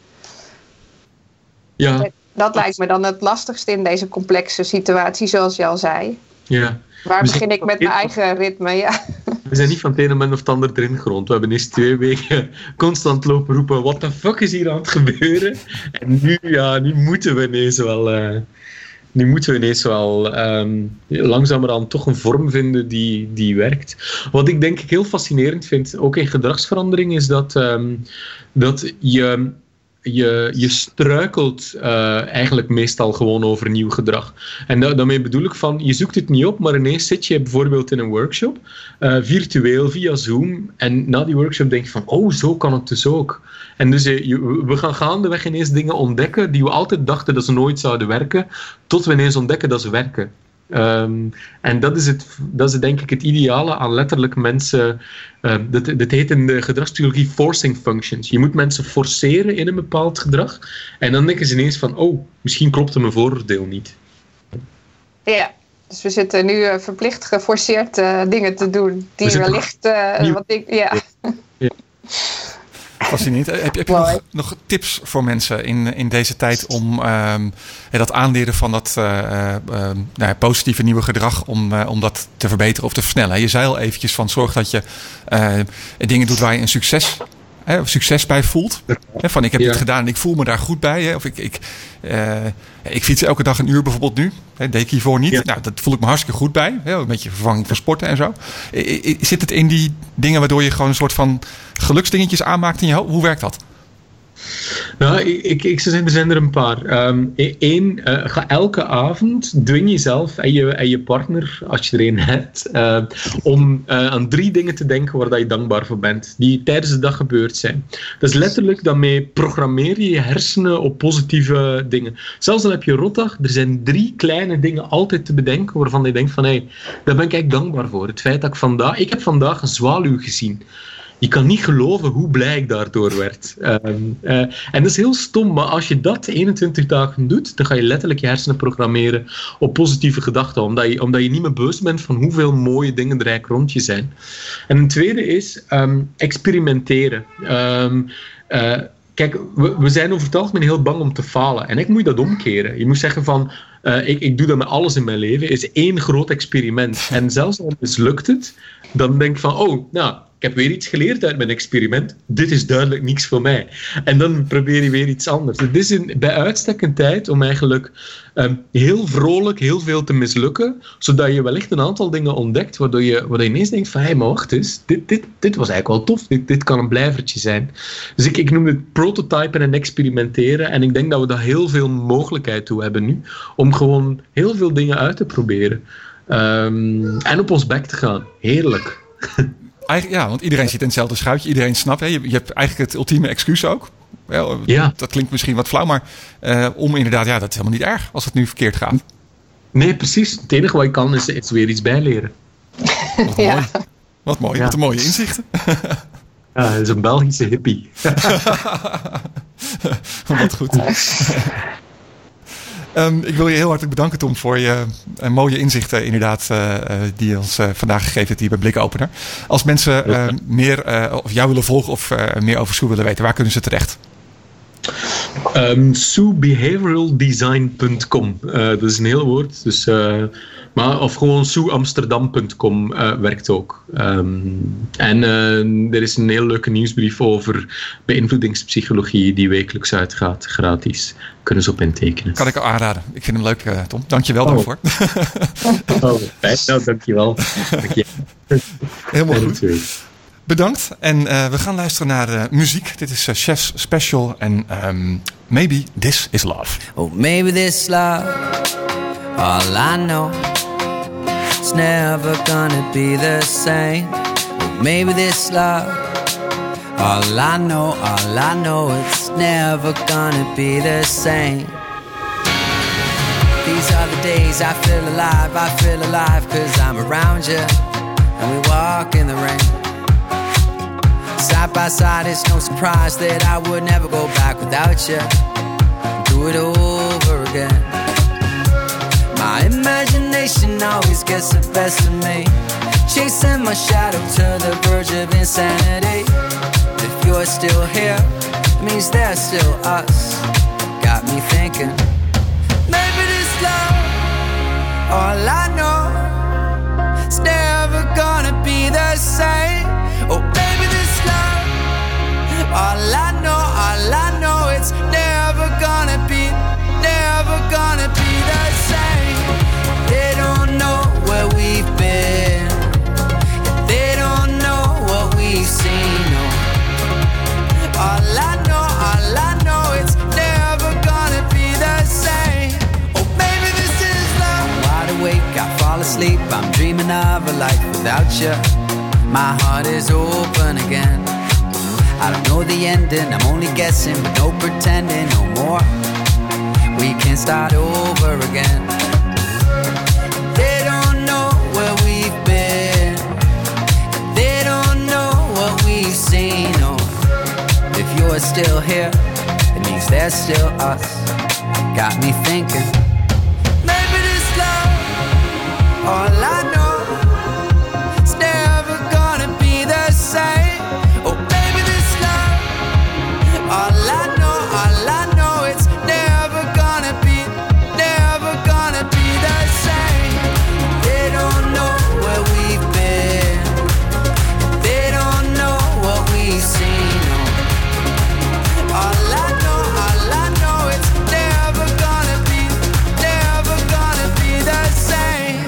Ja. Dat, dat lijkt me dan het lastigste in deze complexe situatie, zoals je al zei. Ja. Waar we begin ik met mijn eigen ritme, ja. We zijn niet van het ene moment of het ander erin gerond. We hebben eerst twee weken constant lopen roepen, what the fuck is hier aan het gebeuren? En nu, ja, nu moeten we ineens wel... Uh, nu moeten we ineens wel um, langzamerhand toch een vorm vinden die, die werkt. Wat ik denk ik heel fascinerend vind, ook in gedragsverandering, is dat, um, dat je... Je, je struikelt uh, eigenlijk meestal gewoon over nieuw gedrag. En da- daarmee bedoel ik van, je zoekt het niet op, maar ineens zit je bijvoorbeeld in een workshop, uh, virtueel, via Zoom, en na die workshop denk je van, oh, zo kan het dus ook. En dus uh, je, we gaan gaandeweg ineens dingen ontdekken die we altijd dachten dat ze nooit zouden werken, tot we ineens ontdekken dat ze werken. Um, en dat is, het, dat is denk ik het ideale aan letterlijk mensen... Uh, dat, dat heet in de gedragspsychologie forcing functions. Je moet mensen forceren in een bepaald gedrag. En dan denken ze ineens van... oh, misschien klopte mijn vooroordeel niet. Ja, dus we zitten nu uh, verplicht geforceerd uh, dingen te doen. Die wellicht... Uh, wat ik, ja. ja. Fascinerend. Heb, heb je nog, nog tips voor mensen in, in deze tijd om um, dat aanleren van dat uh, uh, nou ja, positieve nieuwe gedrag, om, uh, om dat te verbeteren of te versnellen? Je zei al eventjes van zorg dat je uh, dingen doet waar je een succes, hè, succes bij voelt. Hè, van ik heb ja. dit gedaan en ik voel me daar goed bij. Hè, of ik, ik, uh, ik fiets elke dag een uur bijvoorbeeld nu. Hè, deed ik hiervoor niet. Ja. Nou, dat voel ik me hartstikke goed bij. Hè, een beetje vervanging van sporten en zo. I, I, zit het in die dingen waardoor je gewoon een soort van geluksdingetjes aanmaakt in je hoofd? Hoe werkt dat? Nou, ik, ik zou zeggen, er zijn er een paar. Um, Eén, uh, ga elke avond, dwing jezelf en je, en je partner, als je er een hebt, uh, om uh, aan drie dingen te denken waar dat je dankbaar voor bent, die tijdens de dag gebeurd zijn. Dat is letterlijk, daarmee programmeer je je hersenen op positieve dingen. Zelfs al heb je een rotdag, er zijn drie kleine dingen altijd te bedenken waarvan je denkt van, hé, hey, daar ben ik eigenlijk dankbaar voor. Het feit dat ik vandaag, ik heb vandaag een zwaluw gezien. Je kan niet geloven hoe blij ik daardoor werd. Um, uh, en dat is heel stom, maar als je dat eenentwintig dagen doet, dan ga je letterlijk je hersenen programmeren op positieve gedachten, omdat je, omdat je niet meer bewust bent van hoeveel mooie dingen er eigenlijk rond je zijn. En een tweede is um, experimenteren. Um, uh, Kijk, we, we zijn over het algemeen heel bang om te falen. En ik moet dat omkeren. Je moet zeggen van, uh, ik, ik doe dat met alles in mijn leven, is één groot experiment. En zelfs al mislukt het, dan denk ik van, oh, nou, ik heb weer iets geleerd uit mijn experiment. Dit is duidelijk niks voor mij. En dan probeer je weer iets anders. Het is een, bij uitstek een tijd om eigenlijk um, heel vrolijk heel veel te mislukken, zodat je wellicht een aantal dingen ontdekt, waardoor je, waardoor je ineens denkt van, hé, hey, maar wacht eens, dit, dit, dit was eigenlijk wel tof. Dit, dit kan een blijvertje zijn. Dus ik, ik noem het prototypen en experimenteren. En ik denk dat we daar heel veel mogelijkheid toe hebben nu, om gewoon heel veel dingen uit te proberen. Um, en op ons bek te gaan. Heerlijk. Ja, want iedereen zit in hetzelfde schuitje. Iedereen snapt. Hè? Je, je hebt eigenlijk het ultieme excuus ook. Wel, ja. Dat klinkt misschien wat flauw, maar uh, om inderdaad, ja, dat is helemaal niet erg als het nu verkeerd gaat. Nee, precies. Het enige wat je kan is, is weer iets bijleren. Wat mooi. Ja. Wat mooi. Ja. Wat een mooie inzichten. Ja, dat is een Belgische hippie. Wat goed. Um, ik wil je heel hartelijk bedanken, Tom, voor je uh, mooie inzichten inderdaad, uh, uh, die je ons uh, vandaag gegeven hebt hier bij Blikopener. Als mensen uh, meer uh, of jou willen volgen of uh, meer over Sue willen weten, waar kunnen ze terecht? Um, sue behavioral design punt com. Uh, dat is een heel woord. Dus, uh, maar, of gewoon sue amsterdam punt com uh, werkt ook. Um, en uh, er is een heel leuke nieuwsbrief over beïnvloedingspsychologie die wekelijks uitgaat, gratis. Kunnen ze op intekenen. Kan ik al aanraden. Ik vind hem leuk, uh, Tom. Dank je wel oh. daarvoor. Oh, fijn. Nou, dank je wel. Dank je. Helemaal goed. Bedankt. En uh, we gaan luisteren naar uh, muziek. Dit is uh, Chef's Special en um, Maybe This Is Love. Oh, maybe this love, all I know, it's never gonna be the same. Oh, maybe this love, all I know, all I know, it's never gonna be the same. These are the days I feel alive, I feel alive cause I'm around you, and we walk in the rain. Side by side, it's no surprise that I would never go back without you. Do it over again. My imagination always gets the best of me, chasing my shadow to the verge of insanity. If you're still here, it means there's still us. Got me thinking, maybe this love, all I know, it's never gonna be the same. Oh, baby, this love, all I know, all I know, it's never gonna be, never gonna be the same. They don't know where we've been, they don't know what we've seen. No. All I know, all I know, it's never gonna be the same. Oh, maybe this is love. I'm wide awake, I fall asleep, I'm dreaming of a life without you. My heart is open again. I don't know the ending, I'm only guessing, but no pretending no more. We can start over again. They don't know where we've been, they don't know what we've seen. No. If you're still here, it means there's still us. Got me thinking, maybe this love, all I know, all I know, all I know, it's never gonna be, never gonna be the same. They don't know where we've been, they don't know what we've seen. No. All I know, all I know, it's never gonna be, never gonna be the same.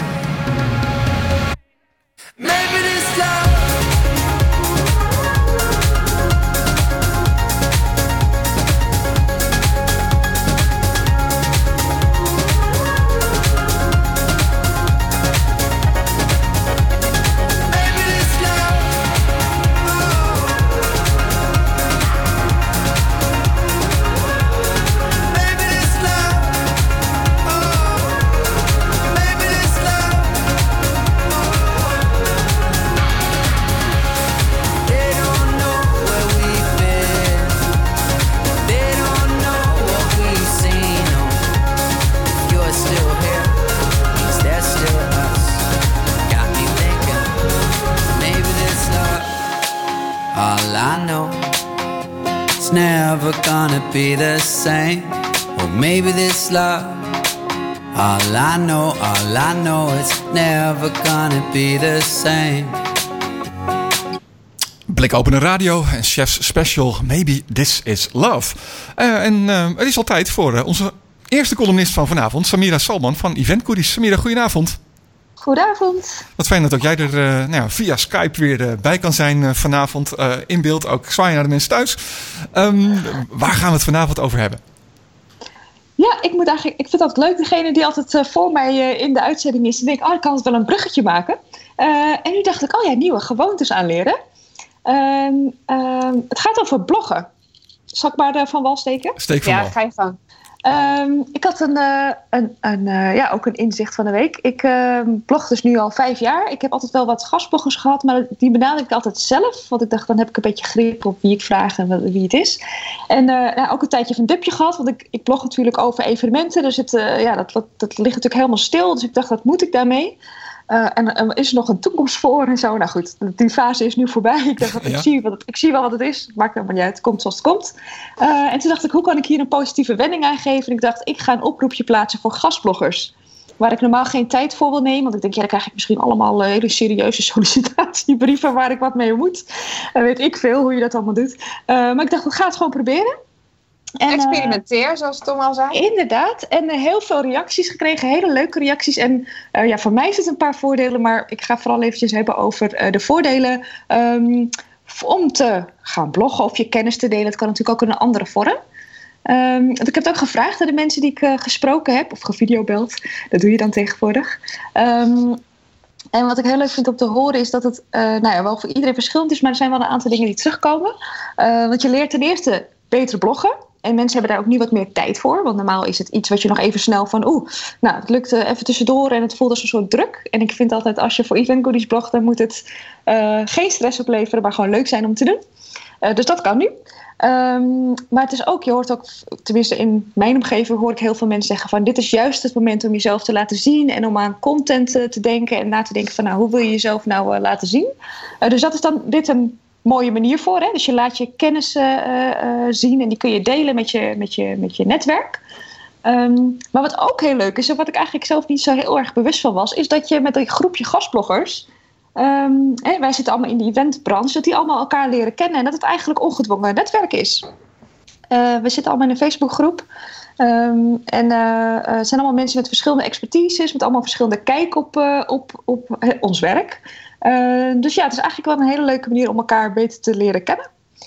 Maybe this love. Never gonna be the same. Or maybe this love, All I know, all I know, it's never gonna be the same. Blikopener radio en Chef's Special, Maybe This Is Love. Uh, en uh, het is al tijd voor uh, onze eerste columnist van vanavond, Samira Salman van Event Goodies. Samira, goedenavond. Goedenavond. Wat fijn dat ook jij er uh, nou ja, via Skype weer uh, bij kan zijn uh, vanavond. Uh, in beeld, ook zwaaien naar de mensen thuis. Um, waar gaan we het vanavond over hebben? Ja, ik moet eigenlijk, ik vind dat leuk. Degene die altijd uh, voor mij uh, in de uitzending is, die denkt, oh, ik kan het wel een bruggetje maken. Uh, en nu dacht ik, oh ja, nieuwe gewoontes aanleren. Uh, uh, het gaat over bloggen. Zal ik maar uh, van wal steken? Steek van Ja, wal. ga je gang. Um, ik had een, uh, een, een, uh, ja, ook een inzicht van de week. Ik uh, blog dus nu al vijf jaar. Ik heb altijd wel wat gastbloggers gehad, maar die benader ik altijd zelf. Want ik dacht, dan heb ik een beetje grip op wie ik vraag en wie het is. En uh, ja, ook een tijdje van dupje gehad, want ik, ik blog natuurlijk over evenementen. Dus het, uh, ja, dat, dat, dat ligt natuurlijk helemaal stil. Dus ik dacht, wat moet ik daarmee? Uh, en uh, is er nog een toekomst voor en zo? Nou goed, die fase is nu voorbij. Ik dacht, Ja. ik, zie wat het, ik zie wel wat het is. Het maakt helemaal niet uit. Het komt zoals het komt. Uh, en toen dacht ik, hoe kan ik hier een positieve wending aan geven? En ik dacht, ik ga een oproepje plaatsen voor gastbloggers. Waar ik normaal geen tijd voor wil nemen. Want ik denk, ja, dan krijg ik misschien allemaal uh, hele serieuze sollicitatiebrieven waar ik wat mee moet. Uh, weet ik veel hoe je dat allemaal doet. Uh, maar ik dacht, we gaan het gewoon proberen. En, uh, Experimenteer, zoals Tom al zei. Inderdaad. En uh, heel veel reacties gekregen. Hele leuke reacties. En uh, ja, voor mij is het een paar voordelen. Maar ik ga vooral eventjes hebben over uh, de voordelen. Um, om te gaan bloggen of je kennis te delen. Het kan natuurlijk ook in een andere vorm. Um, want ik heb het ook gevraagd aan de mensen die ik uh, gesproken heb. Of gevideobeld. Dat doe je dan tegenwoordig. Um, en wat ik heel leuk vind om te horen is dat het uh, nou ja, wel voor iedereen verschillend is. Maar er zijn wel een aantal dingen die terugkomen. Uh, want je leert ten eerste beter bloggen. En mensen hebben daar ook nu wat meer tijd voor. Want normaal is het iets wat je nog even snel van... oeh, nou, het lukt uh, even tussendoor en het voelt als een soort druk. En ik vind altijd, als je voor Event Goodies blogt... dan moet het uh, geen stress opleveren, maar gewoon leuk zijn om te doen. Uh, dus dat kan nu. Um, maar het is ook, je hoort ook... tenminste in mijn omgeving hoor ik heel veel mensen zeggen van... dit is juist het moment om jezelf te laten zien... en om aan content uh, te denken en na te denken van... nou, hoe wil je jezelf nou uh, laten zien? Uh, dus dat is dan dit een... mooie manier voor. Hè? Dus je laat je kennis uh, uh, zien en die kun je delen met je, met je, met je netwerk. Um, maar wat ook heel leuk is, en wat ik eigenlijk zelf niet zo heel erg bewust van was, is dat je met een groepje gastbloggers, um, hè, wij zitten allemaal in de eventbranche, dat die allemaal elkaar leren kennen en dat het eigenlijk ongedwongen netwerk is. Uh, we zitten allemaal in een Facebookgroep. Um, en uh, uh, het zijn allemaal mensen met verschillende expertises, met allemaal verschillende kijk op, uh, op, op uh, ons werk. Uh, dus ja, het is eigenlijk wel een hele leuke manier om elkaar beter te leren kennen.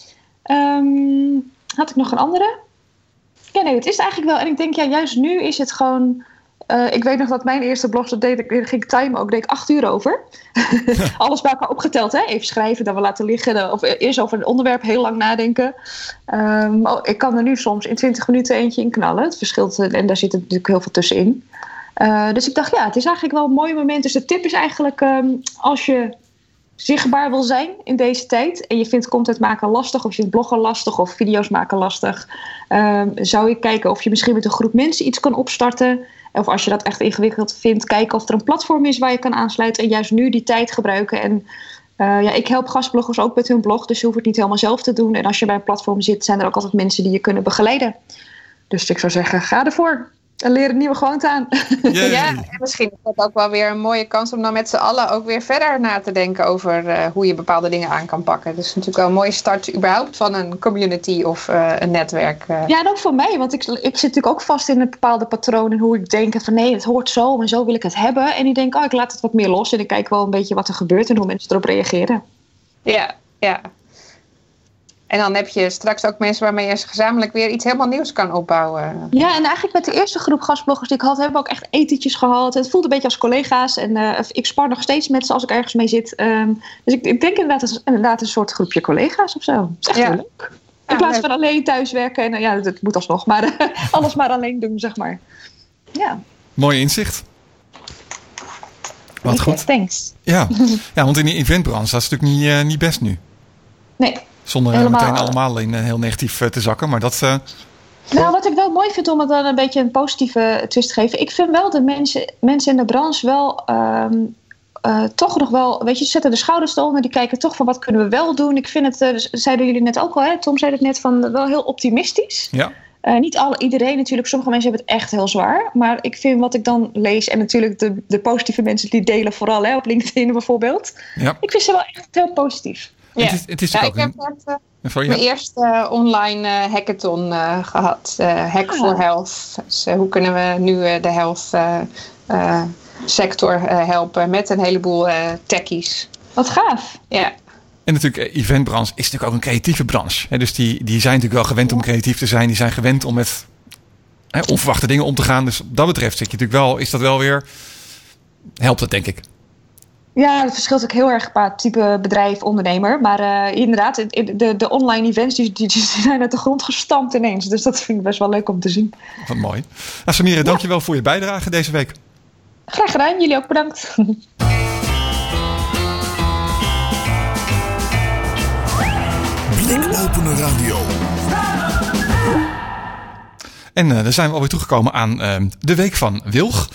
Um, had ik nog een andere? Ja, nee, het is het eigenlijk wel. En ik denk, ja, juist nu is het gewoon... Uh, ik weet nog dat mijn eerste blog, dat deed ik, ging ik timen ook, deed ik acht uur over. Alles bij elkaar opgeteld, hè? Even schrijven, dan we laten liggen. Of eerst over een onderwerp heel lang nadenken. Um, oh, ik kan er nu soms in twintig minuten eentje in knallen. Het verschilt, en daar zit natuurlijk heel veel tussenin. Uh, dus ik dacht, ja, het is eigenlijk wel een mooi moment. Dus de tip is eigenlijk, um, als je zichtbaar wil zijn in deze tijd... en je vindt content maken lastig, of je vindt bloggen lastig... of video's maken lastig... Um, zou ik kijken of je misschien met een groep mensen iets kan opstarten... of als je dat echt ingewikkeld vindt... kijken of er een platform is waar je kan aansluiten... en juist nu die tijd gebruiken. En uh, ja, ik help gastbloggers ook met hun blog... dus je hoeft het niet helemaal zelf te doen. En als je bij een platform zit, zijn er ook altijd mensen die je kunnen begeleiden. Dus ik zou zeggen, ga ervoor. En leer een nieuwe gewoonte aan. Yay. Ja, en misschien is dat ook wel weer een mooie kans om dan met z'n allen ook weer verder na te denken over uh, hoe je bepaalde dingen aan kan pakken. Dus natuurlijk wel een mooie start überhaupt van een community of uh, een netwerk. Uh. Ja, en ook voor mij, want ik, ik zit natuurlijk ook vast in een bepaalde patroon en hoe ik denk van nee, het hoort zo en zo wil ik het hebben. En ik denk, oh, ik laat het wat meer los en ik kijk wel een beetje wat er gebeurt en hoe mensen erop reageren. Ja, ja. En dan heb je straks ook mensen waarmee je gezamenlijk weer iets helemaal nieuws kan opbouwen. Ja, en eigenlijk met de eerste groep gastbloggers die ik had, hebben we ook echt etentjes gehad. Het voelt een beetje als collega's. En uh, ik spar nog steeds met ze als ik ergens mee zit. Um, dus ik, ik denk inderdaad, het inderdaad een soort groepje collega's of zo. Het is echt Ja. heel leuk. In Ja, plaats leuk. van alleen thuiswerken. En uh, ja, dat moet alsnog. Maar uh, alles maar alleen doen, zeg maar. Ja. Mooi inzicht. Wat goed. Thanks. Ja. ja, want in die eventbranche dat is natuurlijk niet, uh, niet best nu. Nee. Zonder uh, Helemaal. meteen allemaal in uh, heel negatief uh, te zakken. Maar dat... Uh... Nou, wat ik wel mooi vind om het dan een beetje een positieve twist te geven. Ik vind wel dat mensen, mensen in de branche wel um, uh, toch nog wel... Weet je, ze zetten de schouders eronder. Die kijken toch van wat kunnen we wel doen. Ik vind het, uh, zeiden jullie net ook al, hè? Tom zei het net, van wel heel optimistisch. Ja. Uh, niet alle, iedereen natuurlijk. Sommige mensen hebben het echt heel zwaar. Maar ik vind wat ik dan lees... en natuurlijk de, de positieve mensen die delen vooral... Hè, op LinkedIn bijvoorbeeld. Ja. Ik vind ze wel echt heel positief. Ja. Het is, het is ja, ook ik een... heb net uh, Sorry, mijn ja. eerste uh, online uh, hackathon uh, gehad. Uh, Hack ah. for Health. Dus uh, hoe kunnen we nu uh, de health uh, uh, sector uh, helpen... met een heleboel uh, techies. Wat gaaf. Ja. En natuurlijk, eventbranche is natuurlijk ook een creatieve branche. Hè? Dus die, die zijn natuurlijk wel gewend om creatief te zijn. Die zijn gewend om met hè, onverwachte dingen om te gaan. Dus wat dat betreft zit je natuurlijk wel, is dat wel weer... helpt het, denk ik. Ja, het verschilt ook heel erg qua type bedrijf, ondernemer. Maar uh, inderdaad, de, de online events die, die, die zijn uit de grond gestampt ineens. Dus dat vind ik best wel leuk om te zien. Wat mooi. Nou, Samira, ja. dank je wel voor je bijdrage deze week. Graag gedaan. Jullie ook bedankt. Blikopener Radio. En uh, dan zijn we alweer toegekomen aan uh, de week van Wilg.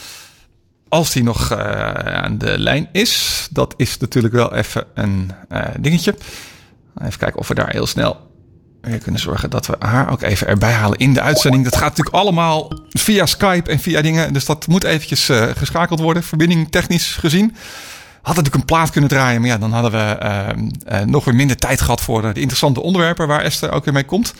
Als die nog uh, aan de lijn is. Dat is natuurlijk wel even een uh, dingetje. Even kijken of we daar heel snel weer kunnen zorgen dat we haar ook even erbij halen in de uitzending. Dat gaat natuurlijk allemaal via Skype en via dingen. Dus dat moet eventjes uh, geschakeld worden. Verbinding technisch gezien. Had natuurlijk een plaat kunnen draaien. Maar ja, dan hadden we uh, uh, nog weer minder tijd gehad voor de interessante onderwerpen waar Esther ook weer mee komt.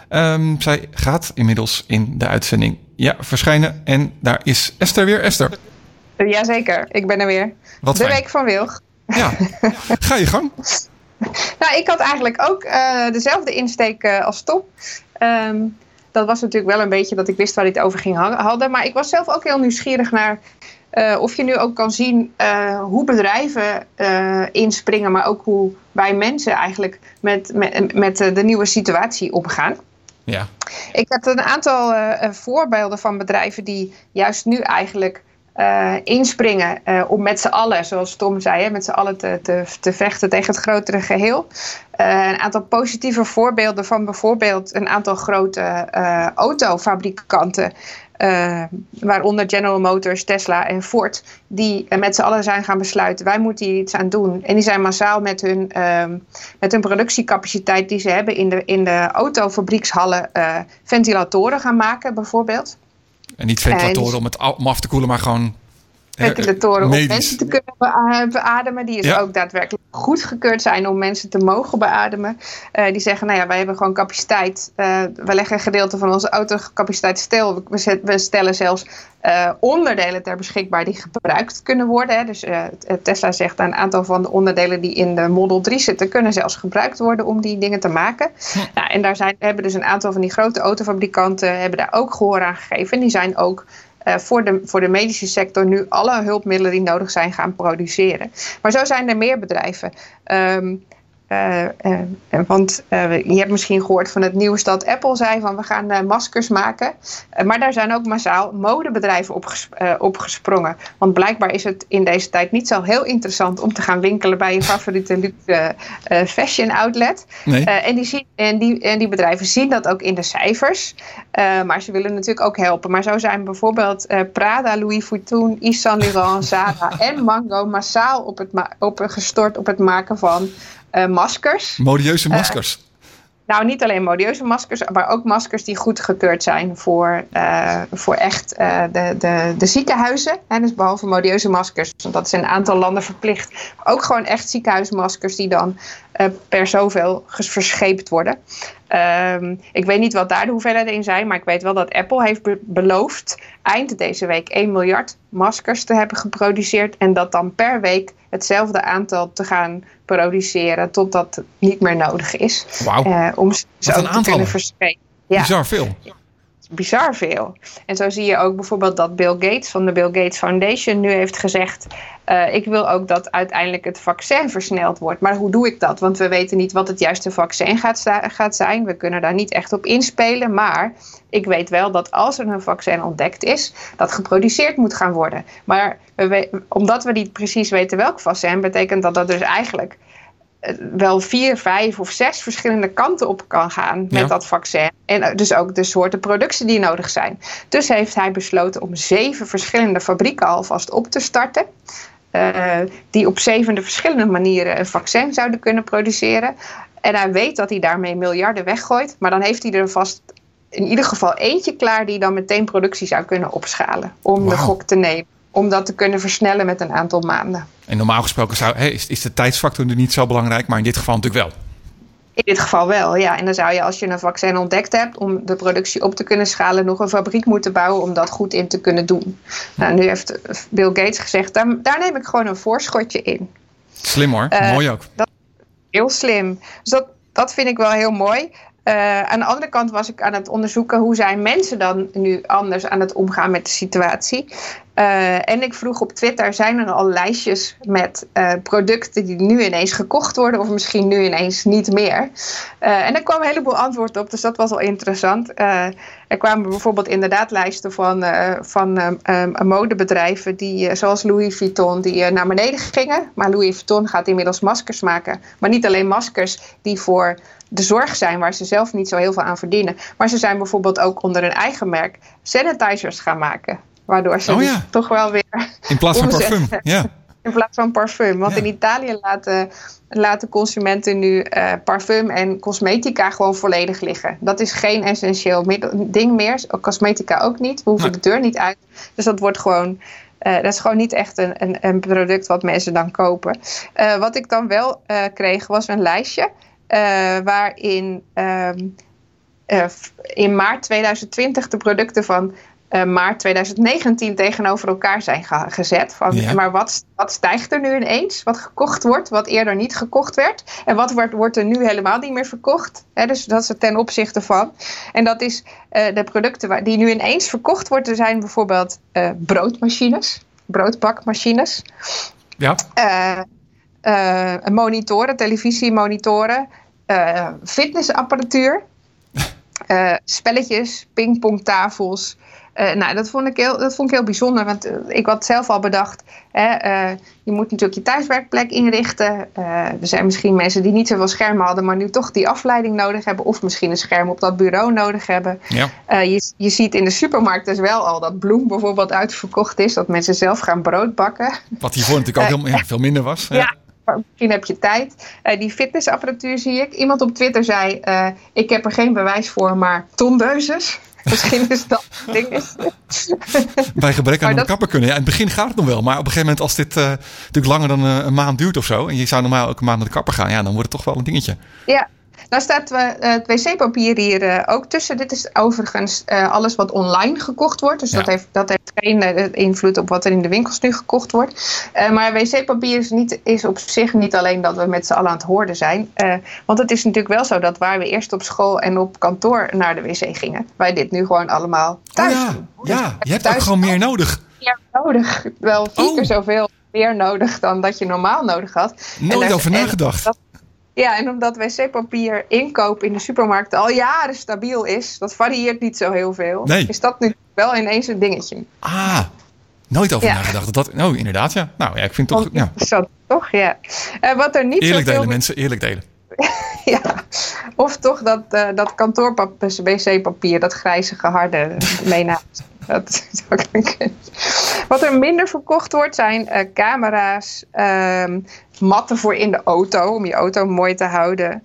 Um, zij gaat inmiddels in de uitzending ja, verschijnen. En daar is Esther weer. Esther. Jazeker, ik ben er weer. Wat de fijn. Week van Wilg. Ja, ga je gang. Nou, ik had eigenlijk ook uh, dezelfde insteek uh, als Tom. Um, dat was natuurlijk wel een beetje dat ik wist waar dit over ging hadden. Maar ik was zelf ook heel nieuwsgierig naar uh, of je nu ook kan zien uh, hoe bedrijven uh, inspringen. Maar ook hoe wij mensen eigenlijk met, met, met de nieuwe situatie omgaan. Ja. Ik heb een aantal uh, voorbeelden van bedrijven die juist nu eigenlijk... Uh, inspringen uh, om met z'n allen, zoals Tom zei, hè, met z'n allen te, te, te vechten tegen het grotere geheel. Uh, een aantal positieve voorbeelden van bijvoorbeeld een aantal grote uh, autofabrikanten, uh, waaronder General Motors, Tesla en Ford, die uh, met z'n allen zijn gaan besluiten, wij moeten hier iets aan doen. En die zijn massaal met hun, uh, met hun productiecapaciteit die ze hebben in de, in de autofabriekshallen uh, ventilatoren gaan maken, bijvoorbeeld. En niet ventilatoren om het om af te koelen, maar gewoon ventilatoren om mensen te kunnen beademen. Die is ja. ook daadwerkelijk goedgekeurd zijn om mensen te mogen beademen. Uh, die zeggen, nou ja, wij hebben gewoon capaciteit. Uh, we leggen een gedeelte van onze autocapaciteit stil. We, zet, we stellen zelfs uh, onderdelen ter beschikbaar die gebruikt kunnen worden. Hè. Dus uh, Tesla zegt een aantal van de onderdelen die in de Model drie zitten, kunnen zelfs gebruikt worden om die dingen te maken. Hm. Nou, en daar zijn, hebben dus een aantal van die grote autofabrikanten hebben daar ook gehoor aan gegeven. En die zijn ook Uh, voor, de, voor de medische sector nu alle hulpmiddelen die nodig zijn gaan produceren. Maar zo zijn er meer bedrijven. Um, uh, uh, want uh, je hebt misschien gehoord van het nieuws dat Apple zei van we gaan uh, maskers maken. Uh, maar daar zijn ook massaal modebedrijven op, ges, uh, op gesprongen. Want blijkbaar is het in deze tijd niet zo heel interessant om te gaan winkelen bij je favoriete luxe uh, fashion outlet. Nee. Uh, en, die zien, en, die, en die bedrijven zien dat ook in de cijfers. Uh, maar ze willen natuurlijk ook helpen. Maar zo zijn bijvoorbeeld uh, Prada, Louis Vuitton, Yves Saint Laurent, Zara en Mango massaal op het ma- op, gestort op het maken van uh, maskers. Modieuze maskers. Uh, nou, niet alleen modieuze maskers, maar ook maskers die goedgekeurd zijn voor, uh, voor echt uh, de, de, de ziekenhuizen. En dus behalve modieuze maskers, want dat is in een aantal landen verplicht. Ook gewoon echt ziekenhuismaskers die dan uh, per zoveel verscheept worden. Um, ik weet niet wat daar de hoeveelheden in zijn, maar ik weet wel dat Apple heeft be- beloofd eind deze week één miljard maskers te hebben geproduceerd en dat dan per week hetzelfde aantal te gaan produceren totdat het niet meer nodig is. Wauw. Uh, om ze wat ook een te kunnen verspreiden. Ja. Bizar veel. Bizar veel. En zo zie je ook bijvoorbeeld dat Bill Gates van de Bill Gates Foundation nu heeft gezegd, uh, ik wil ook dat uiteindelijk het vaccin versneld wordt. Maar hoe doe ik dat? Want we weten niet wat het juiste vaccin gaat, sta- gaat zijn. We kunnen daar niet echt op inspelen. Maar ik weet wel dat als er een vaccin ontdekt is, dat geproduceerd moet gaan worden. Maar we we- omdat we niet precies weten welk vaccin, betekent dat dat dus eigenlijk wel vier, vijf of zes verschillende kanten op kan gaan met ja. dat vaccin. En dus ook de soorten producten die nodig zijn. Dus heeft hij besloten om zeven verschillende fabrieken alvast op te starten. Uh, die op zeven verschillende manieren een vaccin zouden kunnen produceren. En hij weet dat hij daarmee miljarden weggooit. Maar dan heeft hij er vast in ieder geval eentje klaar die dan meteen productie zou kunnen opschalen. Om Wow. de gok te nemen. Om dat te kunnen versnellen met een aantal maanden. En normaal gesproken zou, hey, is, is de tijdsfactor nu niet zo belangrijk, maar in dit geval natuurlijk wel. In dit geval wel, ja. En dan zou je, als je een vaccin ontdekt hebt, om de productie op te kunnen schalen, nog een fabriek moeten bouwen om dat goed in te kunnen doen. Nou, nu heeft Bill Gates gezegd, daar, daar neem ik gewoon een voorschotje in. Slim hoor, Uh, mooi ook. Dat is heel slim. Dus dat, dat vind ik wel heel mooi. Uh, aan de andere kant was ik aan het onderzoeken hoe zijn mensen dan nu anders aan het omgaan met de situatie. Uh, en ik vroeg op Twitter, zijn er al lijstjes met uh, producten die nu ineens gekocht worden of misschien nu ineens niet meer? Uh, en er kwam een heleboel antwoord op, dus dat was al interessant. Uh, er kwamen bijvoorbeeld inderdaad lijsten van, uh, van uh, um, modebedrijven die, uh, zoals Louis Vuitton, die uh, naar beneden gingen. Maar Louis Vuitton gaat inmiddels maskers maken. Maar niet alleen maskers die voor de zorg zijn, waar ze zelf niet zo heel veel aan verdienen. Maar ze zijn bijvoorbeeld ook onder hun eigen merk sanitizers gaan maken. Waardoor ze Oh, dus ja. toch wel weer In plaats van omzetten. parfum, ja. In plaats van parfum. Want Ja. in Italië laten, laten consumenten nu uh, parfum en cosmetica gewoon volledig liggen. Dat is geen essentieel middel, ding meer. Cosmetica ook niet. We hoeven Nee. de deur niet uit. Dus dat wordt gewoon... Uh, dat is gewoon niet echt een, een, een product wat mensen dan kopen. Uh, wat ik dan wel uh, kreeg was een lijstje. Uh, waarin um, uh, in maart tweeduizend twintig de producten van uh, maart tweeduizend negentien tegenover elkaar zijn ge- gezet. Van, Ja. Maar wat, wat stijgt er nu ineens? Wat gekocht wordt, wat eerder niet gekocht werd? En wat wordt, wordt er nu helemaal niet meer verkocht? He, dus dat is er ten opzichte van. En dat is uh, de producten waar, die nu ineens verkocht worden, zijn bijvoorbeeld uh, broodmachines, broodbakmachines. Ja, Uh, uh, monitoren, televisiemonitoren, uh, fitnessapparatuur, uh, spelletjes, pingpongtafels. Uh, nou, dat vond, ik heel, dat vond ik heel bijzonder, want uh, ik had zelf al bedacht, hè, uh, je moet natuurlijk je thuiswerkplek inrichten. Uh, er zijn misschien mensen die niet zoveel schermen hadden, maar nu toch die afleiding nodig hebben, of misschien een scherm op dat bureau nodig hebben. ja. Uh, je, je ziet in de supermarkt dus wel al dat bloem bijvoorbeeld uitverkocht is, dat mensen zelf gaan brood bakken. Wat hiervoor natuurlijk ook heel, ja, veel minder was. Ja. Ja. Maar misschien heb je tijd. Uh, die fitnessapparatuur zie ik. Iemand op Twitter zei, uh, ik heb er geen bewijs voor, maar tondeuses. Misschien is dat het ding. Bij gebrek aan Maar een dat- kapper kunnen. Ja, in het begin gaat het nog wel. Maar op een gegeven moment als dit uh, natuurlijk langer dan uh, een maand duurt of zo. En je zou normaal ook een maand naar de kapper gaan. Ja, dan wordt het toch wel een dingetje. Ja. Nou staat uh, het wc-papier hier uh, ook tussen. Dit is overigens uh, alles wat online gekocht wordt. Dus Ja. dat, heeft, dat heeft geen uh, invloed op wat er in de winkels nu gekocht wordt. Uh, maar wc-papier is, niet, is op zich niet alleen dat we met z'n allen aan het hoorden zijn. Uh, want het is natuurlijk wel zo dat waar we eerst op school en op kantoor naar de wc gingen, wij dit nu gewoon allemaal thuis oh ja, doen. ja, je hebt ook thuis gewoon meer nodig. meer nodig. Wel vier Oh. keer zoveel meer nodig dan dat je normaal nodig had. En Nooit daar- over en nagedacht. dat- Ja, en omdat wc-papier inkoop in de supermarkt al jaren stabiel is, dat varieert niet zo heel veel, Nee. is dat nu wel ineens een dingetje. Ah, nooit over Ja. nagedacht. Dat dat, oh, inderdaad, ja. Nou ja, ik vind het toch... Ja. Zo, toch, ja. Uh, wat er niet Eerlijk zoveel delen, mensen. Eerlijk delen. Ja, of toch dat, uh, dat kantoor-wc-papier, dat grijzige harde meenamen. Dat is ook een kunst. Wat er minder verkocht wordt zijn uh, camera's, um, matten voor in de auto, om je auto mooi te houden.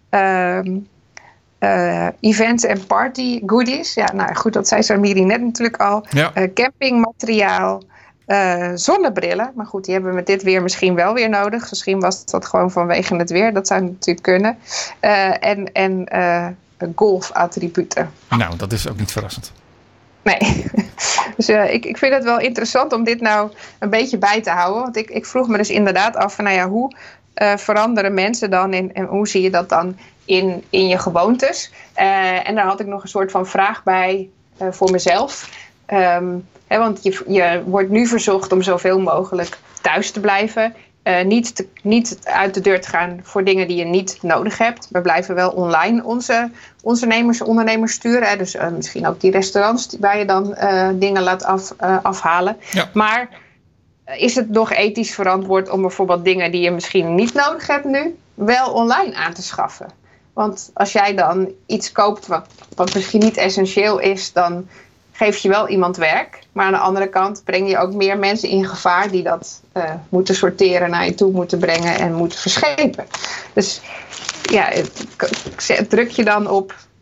Um, uh, events en party goodies. Ja, nou goed, dat zei Samiri net natuurlijk al. Ja. Uh, campingmateriaal. Uh, zonnebrillen, maar goed, die hebben we met dit weer misschien wel weer nodig. Misschien was dat gewoon vanwege het weer, dat zou natuurlijk kunnen. Uh, en en uh, golfattributen. Nou, dat is ook niet verrassend. Nee, dus uh, ik, ik vind het wel interessant om dit nou een beetje bij te houden. Want ik, ik vroeg me dus inderdaad af van, nou ja, hoe uh, veranderen mensen dan in, en hoe zie je dat dan in, in je gewoontes? Uh, en daar had ik nog een soort van vraag bij uh, voor mezelf. Um, hè, want je, je wordt nu verzocht om zoveel mogelijk thuis te blijven. Uh, niet, te, niet uit de deur te gaan voor dingen die je niet nodig hebt. We blijven wel online onze ondernemers, ondernemers sturen. Hè. Dus uh, misschien ook die restaurants die, waar je dan uh, dingen laat af, uh, afhalen. Ja. Maar uh, is het nog ethisch verantwoord om bijvoorbeeld dingen die je misschien niet nodig hebt nu, wel online aan te schaffen? Want als jij dan iets koopt wat, wat misschien niet essentieel is, dan geef je wel iemand werk. Maar aan de andere kant breng je ook meer mensen in gevaar die dat uh, moeten sorteren, naar je toe moeten brengen en moeten verschepen. Dus ja, druk je dan op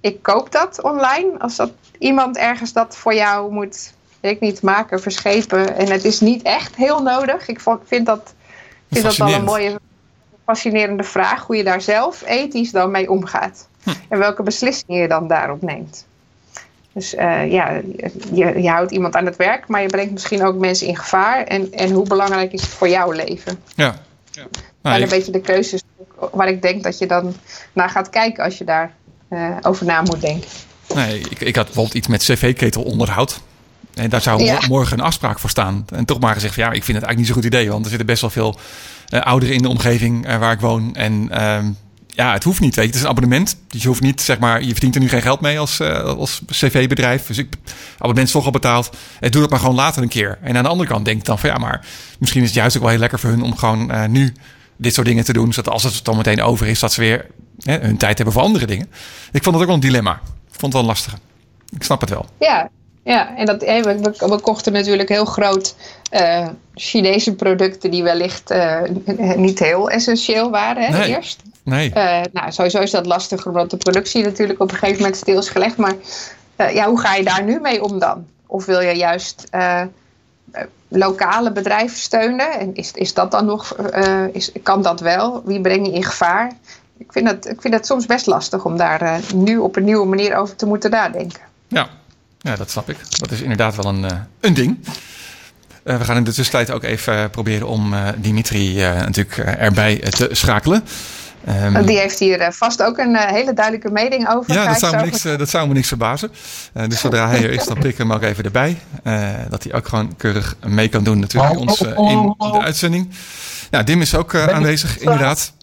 ik koop dat online. Als dat iemand ergens dat voor jou moet, weet ik niet, maken, verschepen. En het is niet echt heel nodig. Ik vond, vind dat, vind dat wel een mooie, fascinerende vraag. Hoe je daar zelf ethisch dan mee omgaat. Hm. En welke beslissingen je dan daarop neemt. Dus uh, ja, je, je houdt iemand aan het werk, maar je brengt misschien ook mensen in gevaar. En, en hoe belangrijk is het voor jouw leven? Ja. ja. Nou, en een ik... beetje de keuzes waar ik denk dat je dan naar gaat kijken als je daar uh, over na moet denken. Nee, ik, ik had bijvoorbeeld iets met cv-ketelonderhoud. En daar zou ja. morgen een afspraak voor staan. En toch maar gezegd, ja, ik vind het eigenlijk niet zo'n goed idee. Want er zitten best wel veel uh, ouderen in de omgeving uh, waar ik woon. En uh, ja, het hoeft niet, weet je. Het is een abonnement. Dus je hoeft niet, zeg maar, je verdient er nu geen geld mee als, uh, als cv-bedrijf. Dus ik abonnement is toch al betaald. En doe dat maar gewoon later een keer. En aan de andere kant denk ik dan van, ja, maar misschien is het juist ook wel heel lekker voor hun om gewoon uh, nu dit soort dingen te doen. Zodat als het dan meteen over is, dat ze weer hè, hun tijd hebben voor andere dingen. Ik vond dat ook wel een dilemma. Ik vond het wel lastig. Ik snap het wel. Ja, ja en dat, we, we, we kochten natuurlijk heel groot uh, Chinese producten die wellicht uh, niet heel essentieel waren hè, nee. eerst. Nee. Uh, nou, sowieso is dat lastig omdat de productie natuurlijk op een gegeven moment stil is gelegd. Maar uh, ja, hoe ga je daar nu mee om dan? Of wil je juist uh, lokale bedrijven steunen? En is, is dat dan nog, uh, is, kan dat wel? Wie breng je in gevaar? Ik vind dat, ik vind dat soms best lastig om daar uh, nu op een nieuwe manier over te moeten nadenken. Ja, ja dat snap ik. Dat is inderdaad wel een, uh, een ding. Uh, we gaan in de tussentijd ook even uh, proberen om uh, Dimitri uh, natuurlijk uh, erbij uh, te schakelen. Um, Die heeft hier uh, vast ook een uh, hele duidelijke mening over. Ja, dat zou, me niks, uh, dat zou me niks verbazen. Uh, dus zodra hij er is, dan pik ik hem ook even erbij. Uh, dat hij ook gewoon keurig mee kan doen natuurlijk bij ons uh, in de uitzending. Ja, Dim is ook uh, aanwezig, inderdaad.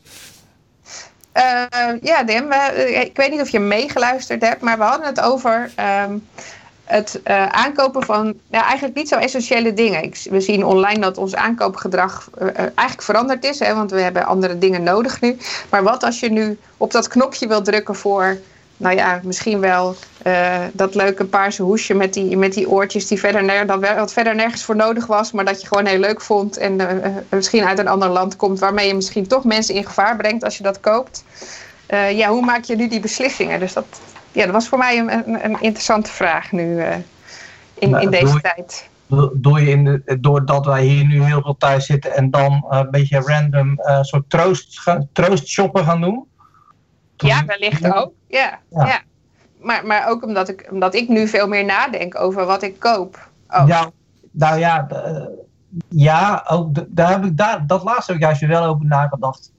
Uh, ja, Dim, uh, ik weet niet of je meegeluisterd hebt, maar we hadden het over um, het uh, aankopen van ja, eigenlijk niet zo essentiële dingen. Ik, we zien online dat ons aankoopgedrag uh, eigenlijk veranderd is, hè, want we hebben andere dingen nodig nu. Maar wat als je nu op dat knopje wil drukken voor, nou ja, misschien wel uh, dat leuke paarse hoesje met die, met die oortjes die verder, ner- dat wat verder nergens voor nodig was, maar dat je gewoon heel leuk vond en uh, uh, misschien uit een ander land komt, waarmee je misschien toch mensen in gevaar brengt als je dat koopt. Uh, ja, hoe maak je nu die beslissingen? Dus dat, ja, dat was voor mij een, een, een interessante vraag nu uh, in, nou, in deze doe, tijd. Door, je in de, doordat wij hier nu heel veel thuis zitten en dan uh, een beetje random uh, soort troost, troost shoppen gaan doen? Toen, ja, wellicht ja. ook. Ja, ja. ja. Maar, maar ook omdat ik, omdat ik nu veel meer nadenk over wat ik koop. Oh. Ja, nou ja, uh, ja ook de, daar heb ik daar, dat laatste heb ik juist wel over nagedacht.